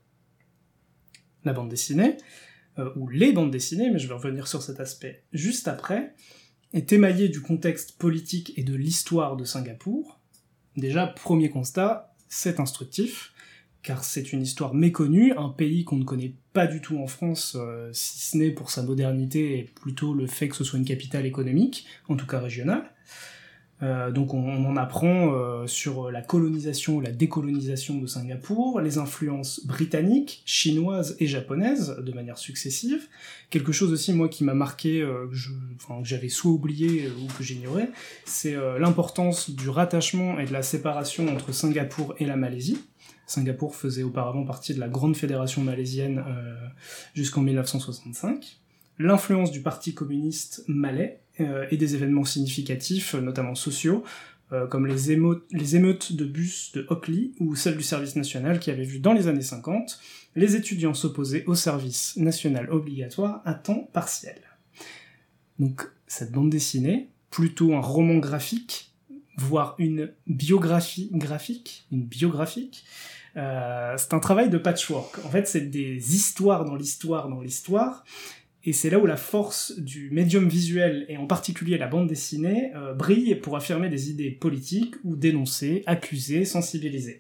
La bande dessinée, euh, ou les bandes dessinées, mais je vais revenir sur cet aspect juste après, est émaillée du contexte politique et de l'histoire de Singapour. Déjà, premier constat, c'est instructif, car c'est une histoire méconnue, un pays qu'on ne connaît pas du tout en France, euh, si ce n'est pour sa modernité et plutôt le fait que ce soit une capitale économique, en tout cas régionale. Euh, donc on, on en apprend euh, sur la colonisation ou la décolonisation de Singapour, les influences britanniques, chinoises et japonaises de manière successive. Quelque chose aussi moi qui m'a marqué, euh, que, je, enfin, que j'avais soit oublié euh, ou que j'ignorais, c'est euh, l'importance du rattachement et de la séparation entre Singapour et la Malaisie. Singapour faisait auparavant partie de la Grande Fédération malaisienne euh, jusqu'en mille neuf cent soixante-cinq. L'influence du Parti communiste malais euh, et des événements significatifs, notamment sociaux, euh, comme les, émo- les émeutes de bus de Hockley ou celles du service national qui avaient vu dans les années cinquante les étudiants s'opposer au service national obligatoire à temps partiel. Donc cette bande dessinée, plutôt un roman graphique, voire une biographie graphique, une biographique, euh, c'est un travail de patchwork. En fait, c'est des histoires dans l'histoire dans l'histoire, et c'est là où la force du médium visuel, et en particulier la bande dessinée, euh, brille pour affirmer des idées politiques ou dénoncer, accuser, sensibiliser.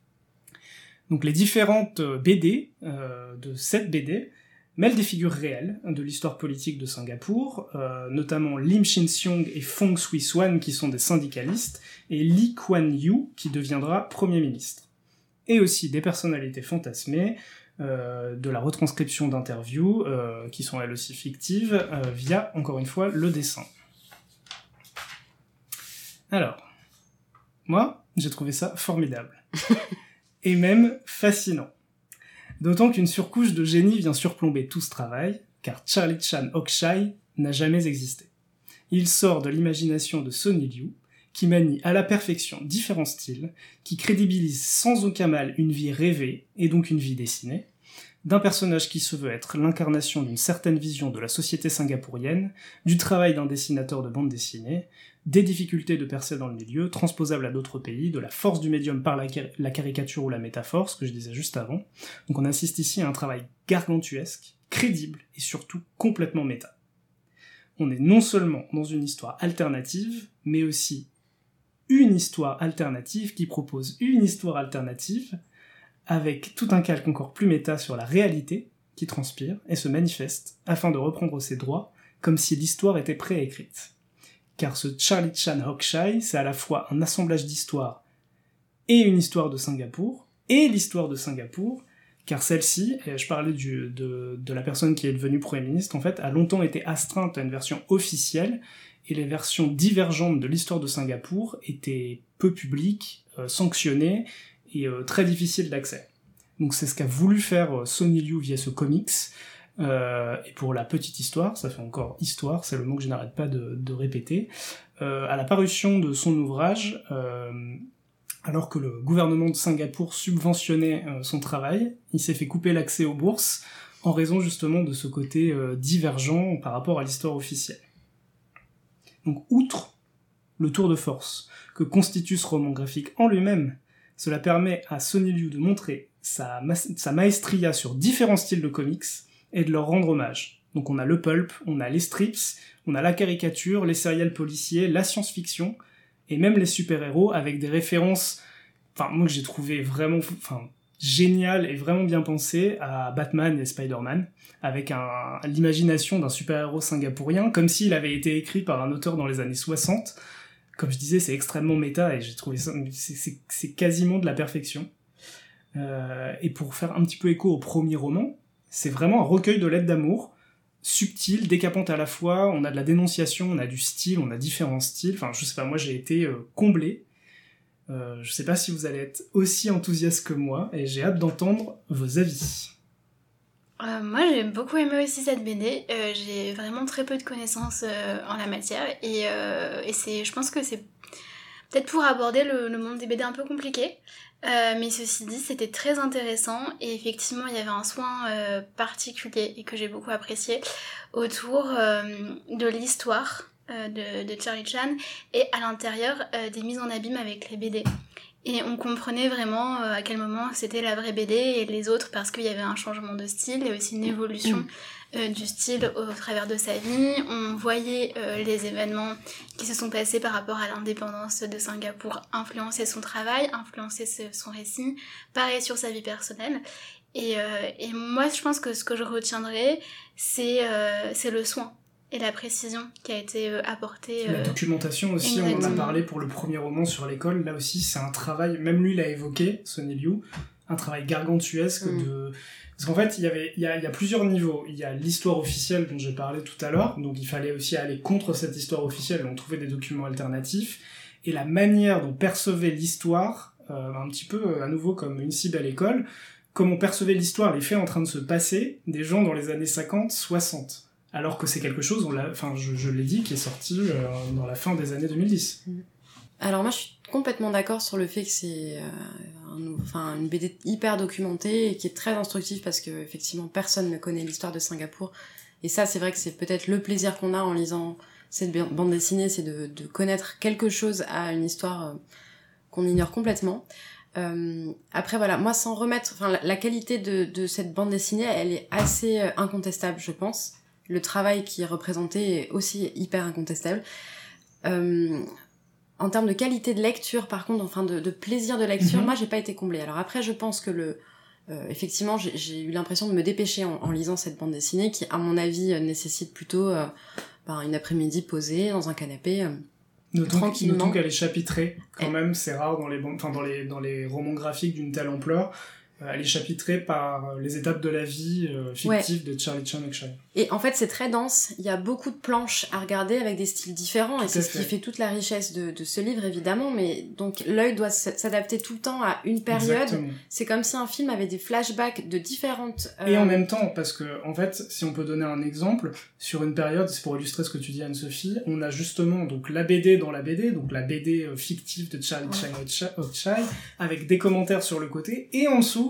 Donc les différentes B D euh, de cette B D mêlent des figures réelles de l'histoire politique de Singapour, euh, notamment Lim Chin Siong et Fong Swee Swan qui sont des syndicalistes, et Lee Kuan Yew qui deviendra Premier ministre. Et aussi des personnalités fantasmées, Euh, de la retranscription d'interviews, euh, qui sont elles aussi fictives, euh, via, encore une fois, le dessin. Alors, moi, j'ai trouvé ça formidable. Et même fascinant. D'autant qu'une surcouche de génie vient surplomber tout ce travail, car Charlie Chan Oksai n'a jamais existé. Il sort de l'imagination de Sonny Liu, qui manie à la perfection différents styles, qui crédibilise sans aucun mal une vie rêvée, et donc une vie dessinée, d'un personnage qui se veut être l'incarnation d'une certaine vision de la société singapourienne, du travail d'un dessinateur de bande dessinée, des difficultés de percer dans le milieu, transposables à d'autres pays, de la force du médium par la, car- la caricature ou la métaphore, ce que je disais juste avant. Donc on assiste ici à un travail gargantuesque, crédible, et surtout complètement méta. on est non seulement dans une histoire alternative, mais aussi une histoire alternative qui propose une histoire alternative avec tout un calque encore plus méta sur la réalité qui transpire et se manifeste afin de reprendre ses droits comme si l'histoire était préécrite. Car ce Charlie Chan Hokusai, c'est à la fois un assemblage d'histoires et une histoire de Singapour, et l'histoire de Singapour, car celle-ci, et je parlais du, de, de la personne qui est devenue Premier ministre, en fait, a longtemps été astreinte à une version officielle, et les versions divergentes de l'histoire de Singapour étaient peu publiques, euh, sanctionnées, et euh, très difficiles d'accès. Donc c'est ce qu'a voulu faire euh, Sonny Liu via ce comics, euh, et pour la petite histoire, ça fait encore histoire, c'est le mot que je n'arrête pas de, de répéter, euh, à la parution de son ouvrage, euh, alors que le gouvernement de Singapour subventionnait euh, son travail, il s'est fait couper l'accès aux bourses en raison justement de ce côté euh, divergent par rapport à l'histoire officielle. Donc outre le tour de force que constitue ce roman graphique en lui-même, cela permet à Sonny Liu de montrer sa, ma- sa maestria sur différents styles de comics et de leur rendre hommage. Donc on a le pulp, on a les strips, on a la caricature, les serials policiers, la science-fiction, et même les super-héros avec des références, enfin moi que j'ai trouvé vraiment enfin, géniales et vraiment bien pensées à Batman et Spider-Man, avec un, l'imagination d'un super-héros singapourien, comme s'il avait été écrit par un auteur dans les années soixante. Comme je disais, c'est extrêmement méta et j'ai trouvé ça, c'est, c'est, c'est quasiment de la perfection. Euh, et pour faire un petit peu écho au premier roman, c'est vraiment un recueil de lettres d'amour, subtil, décapante à la fois, on a de la dénonciation, on a du style, on a différents styles, enfin je sais pas, moi j'ai été euh, comblé, euh, je sais pas si vous allez être aussi enthousiaste que moi, et j'ai hâte d'entendre vos avis. Euh, moi j'ai beaucoup aimé aussi cette B D, euh, j'ai vraiment très peu de connaissances euh, en la matière, et, euh, et c'est, je pense que c'est peut-être pour aborder le, le monde des B D un peu compliqué, Euh, mais ceci dit, c'était très intéressant et effectivement, il y avait un soin euh, particulier et que j'ai beaucoup apprécié autour euh, de l'histoire euh, de, de Charlie Chan et à l'intérieur euh, des mises en abîme avec les B D. Et on comprenait vraiment euh, à quel moment c'était la vraie B D et les autres parce qu'il y avait un changement de style et aussi une évolution mmh. Euh, du style au travers de sa vie. On voyait euh, les événements qui se sont passés par rapport à l'indépendance de Singapour influencer son travail, influencer ce, son récit, pareil sur sa vie personnelle. Et, euh, et moi, je pense que ce que je retiendrai, c'est, euh, c'est le soin et la précision qui a été euh, apportée. Euh, la documentation aussi, exactement. On en a parlé pour le premier roman sur l'école, là aussi c'est un travail, même lui l'a évoqué, Sonny Liu, un travail gargantuesque mmh. de... Parce qu'en fait, il y avait, il y a, il y a plusieurs niveaux. Il y a l'histoire officielle dont j'ai parlé tout à l'heure, donc il fallait aussi aller contre cette histoire officielle, on trouvait des documents alternatifs, et la manière dont percevait l'histoire, euh, un petit peu à nouveau comme une si belle école, comme on percevait l'histoire, les faits en train de se passer, des gens dans les années cinquante, soixante. Alors que c'est quelque chose, on l'a, enfin, je, je l'ai dit, qui est sorti euh, dans la fin des années deux mille dix. Alors moi, je suis complètement d'accord sur le fait que c'est euh, un, enfin, une B D hyper documentée et qui est très instructive parce que effectivement personne ne connaît l'histoire de Singapour. Et ça, c'est vrai que c'est peut-être le plaisir qu'on a en lisant cette bande dessinée, c'est de, de connaître quelque chose à une histoire euh, qu'on ignore complètement. Euh, après voilà, moi sans remettre, enfin la, la qualité de, de cette bande dessinée, elle est assez euh, incontestable, je pense. Le travail qui est représenté est aussi hyper incontestable. Euh, En termes de qualité de lecture, par contre, enfin de, de plaisir de lecture, mm-hmm. moi j'ai pas été comblée. Alors après, je pense que le, euh, effectivement, j'ai, j'ai eu l'impression de me dépêcher en, en lisant cette bande dessinée, qui, à mon avis, euh, nécessite plutôt euh, ben, une après-midi posée dans un canapé, euh, notons, tranquillement. Notons qu'elle est chapitrée, quand Et... même, c'est rare dans les, enfin dans les dans les romans graphiques d'une telle ampleur. Elle est chapitrée par les étapes de la vie euh, fictive ouais. de Charlie Chan Hokusai. Et en fait, c'est très dense. Il y a beaucoup de planches à regarder avec des styles différents. Tout et c'est ce qui fait toute la richesse de, de ce livre, évidemment. Mais donc, l'œil doit s'adapter tout le temps à une période. Exactement. C'est comme si un film avait des flashbacks de différentes... Euh... Et en même temps, parce que, en fait, si on peut donner un exemple, sur une période, c'est pour illustrer ce que tu dis, Anne-Sophie, on a justement donc la B D dans la B D, donc la B D fictive de Charlie Chan Hokusai, avec des commentaires sur le côté, et en dessous,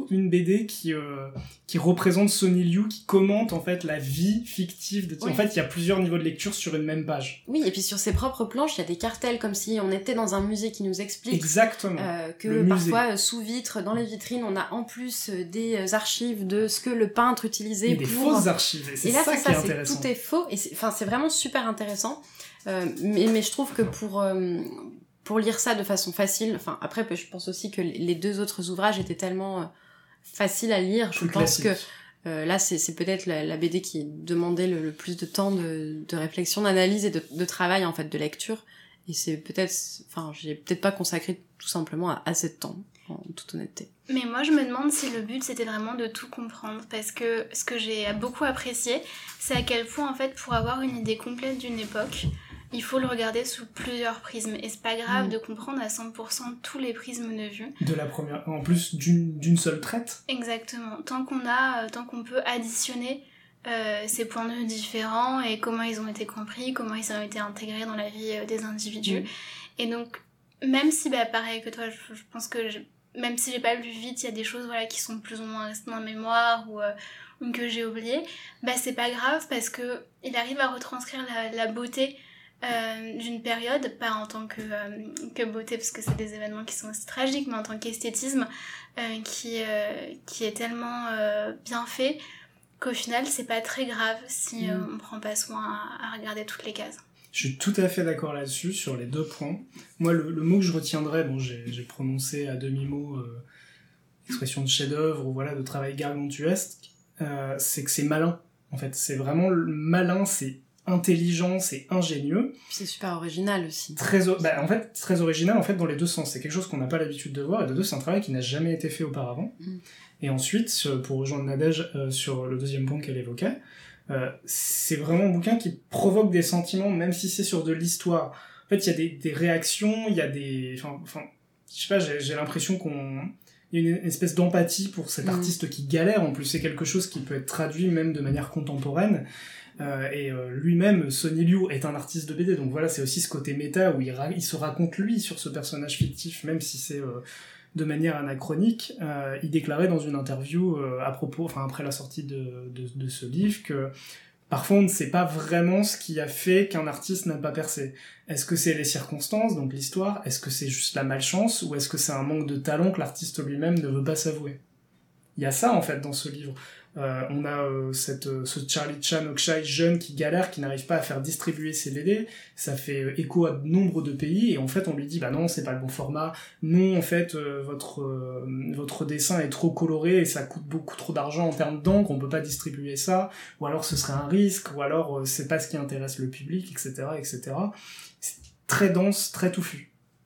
surtout une B D qui euh, qui représente Sonny Liu, qui commente en fait la vie fictive de. Oui. En fait, il y a plusieurs niveaux de lecture sur une même page. Oui, et puis sur ses propres planches, il y a des cartels comme si on était dans un musée qui nous explique. Exactement. Euh, que parfois sous vitre, dans les vitrines, on a en plus des archives de ce que le peintre utilisait et pour. Des fausses archives. Et c'est et là, ça, c'est ça qui est intéressant. Tout est faux. Et c'est, enfin, c'est vraiment super intéressant. Euh, mais, mais je trouve que pour euh, pour lire ça de façon facile, enfin après je pense aussi que les deux autres ouvrages étaient tellement euh, faciles à lire. Tout je pense classique. que euh, là c'est, c'est peut-être la, la B D qui demandait le, le plus de temps de, de réflexion, d'analyse et de, de travail en fait, de lecture. Et c'est peut-être, enfin j'ai peut-être pas consacré tout simplement à assez de temps, en toute honnêteté. Mais moi je me demande si le but c'était vraiment de tout comprendre, parce que ce que j'ai beaucoup apprécié, c'est à quel point en fait pour avoir une idée complète d'une époque, il faut le regarder sous plusieurs prismes, et c'est pas grave mmh. de comprendre à cent pour cent tous les prismes de vue. De la première, en plus d'une, d'une seule traite. Exactement, tant qu'on a, tant qu'on peut additionner euh, ces points de vue différents et comment ils ont été compris, comment ils ont été intégrés dans la vie euh, des individus. Mmh. Et donc, même si, bah pareil que toi, je, je pense que je, même si j'ai pas lu vite, il y a des choses voilà qui sont plus ou moins restées dans la mémoire ou, euh, ou que j'ai oubliées, bah c'est pas grave parce que il arrive à retranscrire la, la beauté Euh, d'une période, pas en tant que, euh, que beauté parce que c'est des événements qui sont aussi tragiques, mais en tant qu'esthétisme euh, qui, euh, qui est tellement euh, bien fait qu'au final c'est pas très grave si euh, on prend pas soin à, à regarder toutes les cases. Je suis tout à fait d'accord là-dessus, sur les deux points. Moi, le, le mot que je retiendrai, bon, j'ai, j'ai prononcé à demi-mot euh, expression de chef-d'œuvre ou voilà, de travail gargantuesque, euh, c'est que c'est malin. En fait, c'est vraiment malin, c'est intelligent, c'est ingénieux. C'est super original aussi. Très, bah, en fait, très original en fait dans les deux sens. C'est quelque chose qu'on n'a pas l'habitude de voir, et de deux, c'est un travail qui n'a jamais été fait auparavant. Mm. Et ensuite, pour rejoindre Nadège euh, sur le deuxième point qu'elle évoquait, euh, c'est vraiment un bouquin qui provoque des sentiments, même si c'est sur de l'histoire. En fait, il y a des, des réactions, il y a des, enfin, enfin, je sais pas, j'ai, j'ai l'impression qu'on, il y a une espèce d'empathie pour cet mm. artiste qui galère. En plus, c'est quelque chose qui peut être traduit même de manière contemporaine. Euh, et euh, lui-même, Sonny Liu, est un artiste de B D, donc voilà, c'est aussi ce côté méta où il, ra- il se raconte lui sur ce personnage fictif, même si c'est euh, de manière anachronique. Euh, il déclarait dans une interview euh, à propos, enfin après la sortie de, de, de ce livre, que parfois on ne sait pas vraiment ce qui a fait qu'un artiste n'a pas percé. Est-ce que c'est les circonstances, donc l'histoire? Est-ce que c'est juste la malchance? Ou est-ce que c'est un manque de talent que l'artiste lui-même ne veut pas s'avouer? Il y a ça en fait dans ce livre. Euh, on a euh, cette, euh, ce Charlie Chan Oksai jeune qui galère, qui n'arrive pas à faire distribuer ses B D, ça fait euh, écho à de nombre de pays, et en fait on lui dit bah non c'est pas le bon format, non en fait euh, votre euh, votre dessin est trop coloré et ça coûte beaucoup trop d'argent en termes d'encre, on peut pas distribuer ça, ou alors ce serait un risque, ou alors euh, c'est pas ce qui intéresse le public, et cetera, et cetera. C'est très dense, très touffu.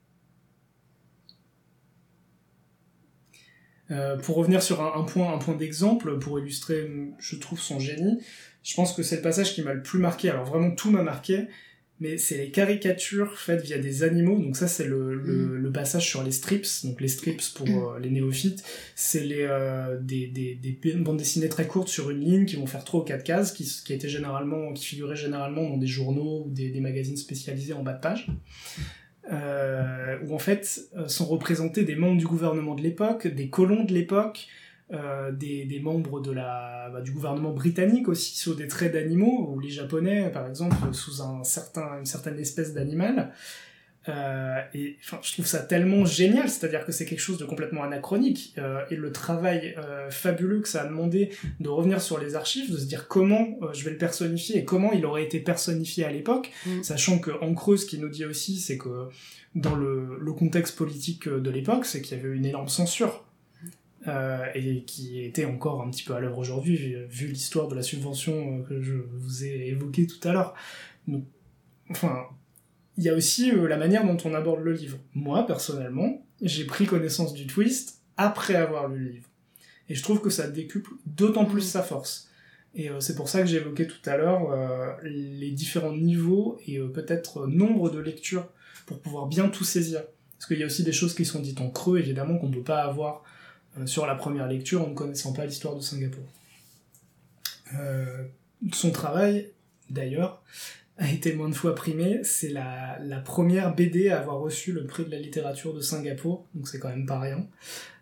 Euh, pour revenir sur un, un point, un point d'exemple, pour illustrer, je trouve, son génie, je pense que c'est le passage qui m'a le plus marqué. Alors vraiment, tout m'a marqué, mais c'est les caricatures faites via des animaux. Donc ça, c'est le, le, mmh. le passage sur les strips. Donc les strips, pour euh, les néophytes, c'est les euh, des, des, des bandes dessinées très courtes sur une ligne qui vont faire trois ou quatre cases, qui, qui étaient généralement, qui figuraient généralement dans des journaux ou des, des magazines spécialisés en bas de page. Euh, où en fait euh, sont représentés des membres du gouvernement de l'époque, des colons de l'époque, euh, des, des membres de la, bah, du gouvernement britannique aussi, sous des traits d'animaux, ou les japonais par exemple sous un certain, une certaine espèce d'animal. Euh, et enfin, je trouve ça tellement génial, c'est-à-dire que c'est quelque chose de complètement anachronique, euh, et le travail euh, fabuleux que ça a demandé de revenir sur les archives, de se dire comment euh, je vais le personnifier et comment il aurait été personnifié à l'époque, mmh. sachant que en creux, ce qu'il nous dit aussi, c'est que dans le, le contexte politique de l'époque, c'est qu'il y avait une énorme censure, euh, et qui était encore un petit peu à l'œuvre aujourd'hui, vu, vu l'histoire de la subvention que je vous ai évoquée tout à l'heure. Donc, enfin... Il y a aussi euh, la manière dont on aborde le livre. Moi, personnellement, j'ai pris connaissance du twist après avoir lu le livre. Et je trouve que ça décuple d'autant plus sa force. Et euh, c'est pour ça que j'ai évoqué tout à l'heure euh, les différents niveaux et euh, peut-être euh, nombre de lectures pour pouvoir bien tout saisir. Parce qu'il y a aussi des choses qui sont dites en creux, évidemment, qu'on ne peut pas avoir euh, sur la première lecture en ne connaissant pas l'histoire de Singapour. Euh, son travail, d'ailleurs, a été maintes fois primé. C'est la, la première B D à avoir reçu le prix de la littérature de Singapour, donc c'est quand même pas rien.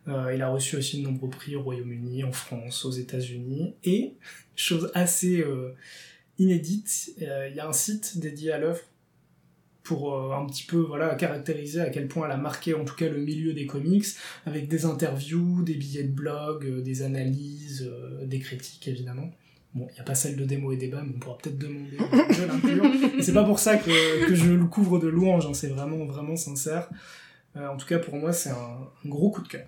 Euh, il a reçu aussi de nombreux prix au Royaume-Uni, en France, aux États-Unis. Et, chose assez euh, inédite, euh, il y a un site dédié à l'œuvre pour euh, un petit peu voilà, caractériser à quel point elle a marqué en tout cas le milieu des comics, avec des interviews, des billets de blog, euh, des analyses, euh, des critiques évidemment. Bon, il n'y a pas celle de démo et débat, mais on pourra peut-être demander de l'inclure. Et c'est pas pour ça que, que je le couvre de louanges, hein, c'est vraiment, vraiment sincère. Euh, en tout cas, pour moi, c'est un, un gros coup de cœur.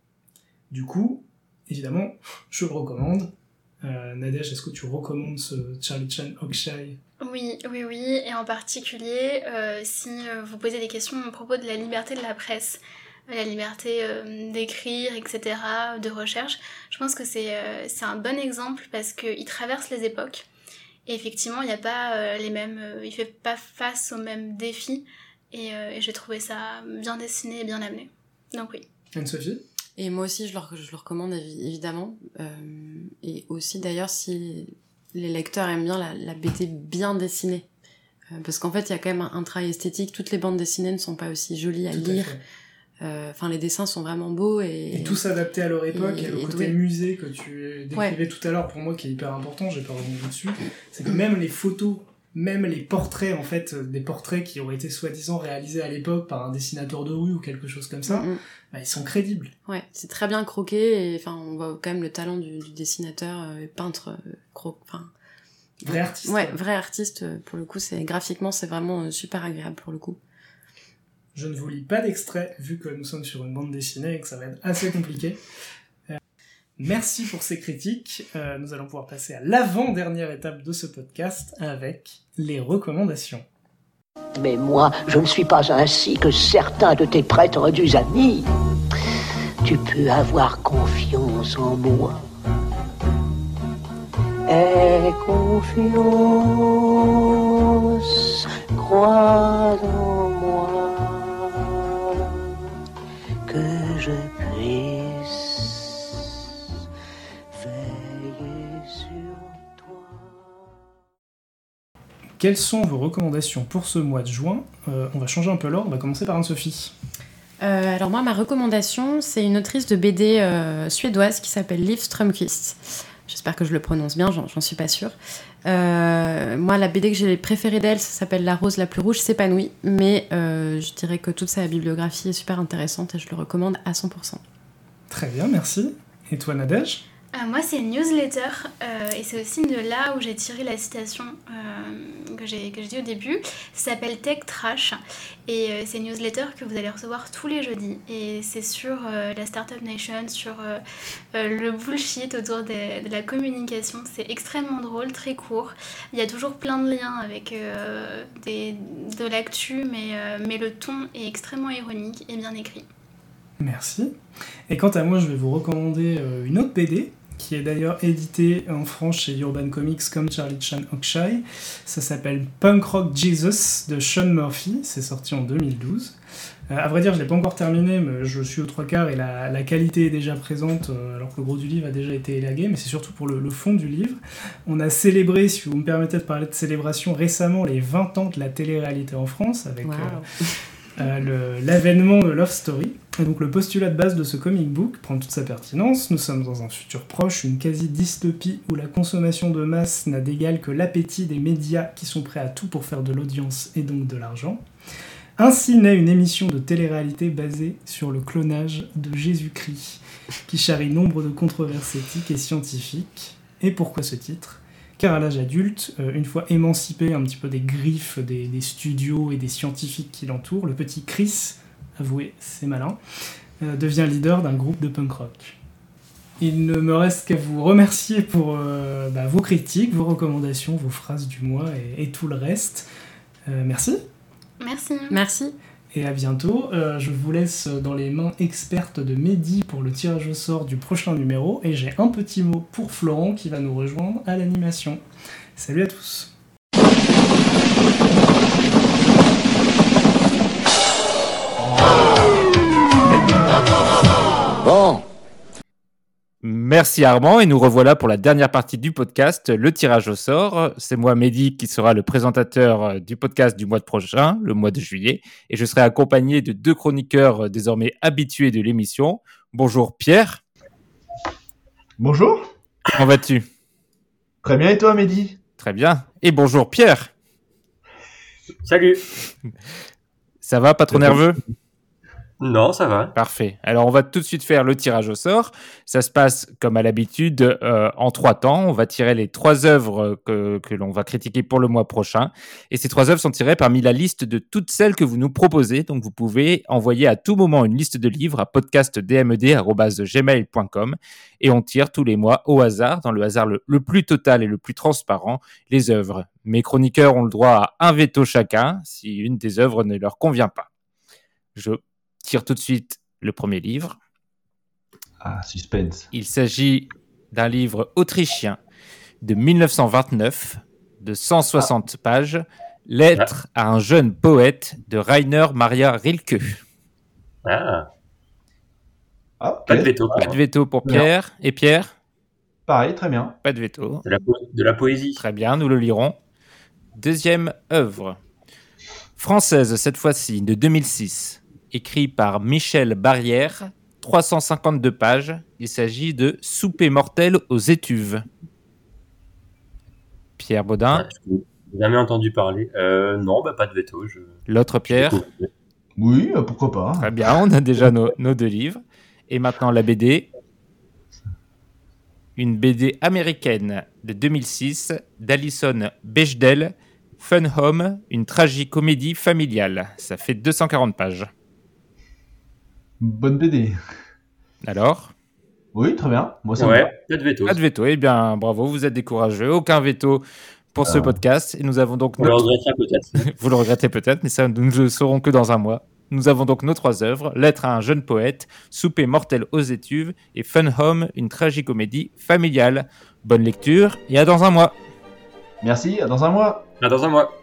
Du coup, évidemment, je le recommande. Euh, Nadège, est-ce que tu recommandes ce Charlie Chan Oksai ? Oui, oui, oui, et en particulier, euh, si euh, vous posez des questions à propos de la liberté de la presse, la liberté euh, d'écrire, et cetera, de recherche, je pense que c'est, euh, c'est un bon exemple parce qu'il traverse les époques. Et effectivement, il n'y a pas euh, les mêmes, euh, il fait pas face aux mêmes défis. Et, euh, et j'ai trouvé ça bien dessiné et bien amené. Donc oui. Anne-Sophie ? Et moi aussi, je le, je le recommande évidemment. Euh, et aussi d'ailleurs, si les lecteurs aiment bien la, la B D bien dessinée. Euh, parce qu'en fait, il y a quand même un, un travail esthétique. Toutes les bandes dessinées ne sont pas aussi jolies à Tout lire. À Enfin, euh, les dessins sont vraiment beaux. Et, et tous adaptés à leur époque. Et, et le et côté doué. musée que tu décrivais ouais. tout à l'heure, pour moi, qui est hyper important, j'ai pas revenu dessus, c'est que même les photos, même les portraits, en fait, des portraits qui auraient été soi-disant réalisés à l'époque par un dessinateur de rue ou quelque chose comme ça, mm-hmm. bah, ils sont crédibles. Ouais, c'est très bien croqué, et enfin, on voit quand même le talent du, du dessinateur, euh, peintre, euh, cro... enfin... Vrai artiste. Ouais, vrai artiste, pour le coup, c'est graphiquement, c'est vraiment super agréable, pour le coup. Je ne vous lis pas d'extrait, vu que nous sommes sur une bande dessinée et que ça va être assez compliqué. Euh, merci pour ces critiques. Euh, nous allons pouvoir passer à l'avant-dernière étape de ce podcast avec les recommandations. Mais moi, je ne suis pas ainsi que certains de tes prêtres amis. Tu peux avoir confiance en moi. Aie confiance, crois en moi. Que je puisse veiller sur toi. Quelles sont vos recommandations pour ce mois de juin ? euh, On va changer un peu l'ordre, on va commencer par Anne-Sophie. Euh, alors moi, ma recommandation, c'est une autrice de B D euh, suédoise qui s'appelle Liv Strömquist. J'espère que je le prononce bien, j'en, j'en suis pas sûre. Euh, moi, la B D que j'ai préférée d'elle, ça s'appelle La rose la plus rouge s'épanouit, mais euh, je dirais que toute sa bibliographie est super intéressante et je le recommande à cent pour cent. Très bien, merci. Et toi, Nadège ? Euh, moi, c'est une newsletter, euh, et c'est aussi de là où j'ai tiré la citation euh, que, j'ai, que j'ai dit au début. Ça s'appelle Tech Trash, et euh, c'est une newsletter que vous allez recevoir tous les jeudis. Et c'est sur euh, la Startup Nation, sur euh, euh, le bullshit autour des, de la communication. C'est extrêmement drôle, très court. Il y a toujours plein de liens avec euh, des, de l'actu, mais, euh, mais le ton est extrêmement ironique et bien écrit. Merci. Et quant à moi, je vais vous recommander euh, une autre B D, qui est d'ailleurs éditée en France chez Urban Comics comme Charlie Chan Oksai. Ça s'appelle Punk Rock Jesus de Sean Murphy. C'est sorti en deux mille douze. Euh, à vrai dire, je ne l'ai pas encore terminé, mais je suis aux trois quarts et la, la qualité est déjà présente, euh, alors que le gros du livre a déjà été élagué, mais c'est surtout pour le, le fond du livre. On a célébré, si vous me permettez de parler de célébration, récemment les vingt ans de la télé-réalité en France, avec... Wow. Euh, Euh, le, l'avènement de Love Story. Et donc le postulat de base de ce comic book prend toute sa pertinence. Nous sommes dans un futur proche, une quasi-dystopie où la consommation de masse n'a d'égal que l'appétit des médias qui sont prêts à tout pour faire de l'audience et donc de l'argent. Ainsi naît une émission de télé-réalité basée sur le clonage de Jésus-Christ, qui charrie nombre de controverses éthiques et scientifiques. Et pourquoi ce titre ? Car à l'âge adulte, euh, une fois émancipé un petit peu des griffes des, des studios et des scientifiques qui l'entourent, le petit Chris, avouez, c'est malin, euh, devient leader d'un groupe de punk rock. Il ne me reste qu'à vous remercier pour euh, bah, vos critiques, vos recommandations, vos phrases du mois et, et tout le reste. Euh, merci. Merci. Merci. Et à bientôt. Euh, je vous laisse dans les mains expertes de Mehdi pour le tirage au sort du prochain numéro. Et j'ai un petit mot pour Florent qui va nous rejoindre à l'animation. Salut à tous. Bon. Merci Armand, et nous revoilà pour la dernière partie du podcast, le tirage au sort. C'est moi, Mehdi, qui sera le présentateur du podcast du mois prochain, le mois de juillet, et je serai accompagné de deux chroniqueurs désormais habitués de l'émission. Bonjour Pierre. Bonjour. Comment vas-tu? Très bien, et toi, Mehdi? Très bien. Et bonjour Pierre. Salut. Ça va, pas trop nerveux? Non, ça va. Parfait. Alors, on va tout de suite faire le tirage au sort. Ça se passe, comme à l'habitude, euh, en trois temps. On va tirer les trois œuvres que, que l'on va critiquer pour le mois prochain. Et ces trois œuvres sont tirées parmi la liste de toutes celles que vous nous proposez. Donc, vous pouvez envoyer à tout moment une liste de livres à podcast d m e d arobase gmail point com et on tire tous les mois au hasard, dans le hasard le, le plus total et le plus transparent, les œuvres. Mes chroniqueurs ont le droit à un veto chacun si une des œuvres ne leur convient pas. Je tire tout de suite le premier livre. Ah, suspense. Il s'agit d'un livre autrichien de mille neuf cent vingt-neuf, de cent soixante ah. pages, Lettre ah. à un jeune poète de Rainer Maria Rilke. Ah. ah okay. Pas de veto. Pas de veto pour Pierre. Et Pierre? Pareil, très bien. Pas de veto. De la, po- de la poésie. Très bien, nous le lirons. Deuxième œuvre. Française, cette fois-ci, de deux mille six. Écrit par Michel Barrière, trois cent cinquante-deux pages. Il s'agit de Souper mortel aux étuves. Pierre Baudin. Ah, je n'ai jamais entendu parler. Euh, non, bah, pas de veto. Je... L'autre Pierre. Oui, pourquoi pas. Très bien, on a déjà nos, nos deux livres. Et maintenant la B D. Une B D américaine de deux mille six d'Alison Bechdel, Fun Home, une tragicomédie familiale. Ça fait deux cent quarante pages. Bonne B D. Alors? Oui, très bien. Moi, ça ouais, me va. Pas de veto. Pas de veto. Eh bien, bravo, vous êtes des courageux. Aucun veto pour euh... ce podcast. Et nous avons donc... Vous notre... le regretterez peut-être. Vous le regrettez peut-être, mais ça, nous ne le saurons que dans un mois. Nous avons donc nos trois œuvres, Lettre à un jeune poète, Souper mortel aux étuves et Fun Home, une tragicomédie familiale. Bonne lecture et à dans un mois. Merci, à dans un mois. À dans un mois.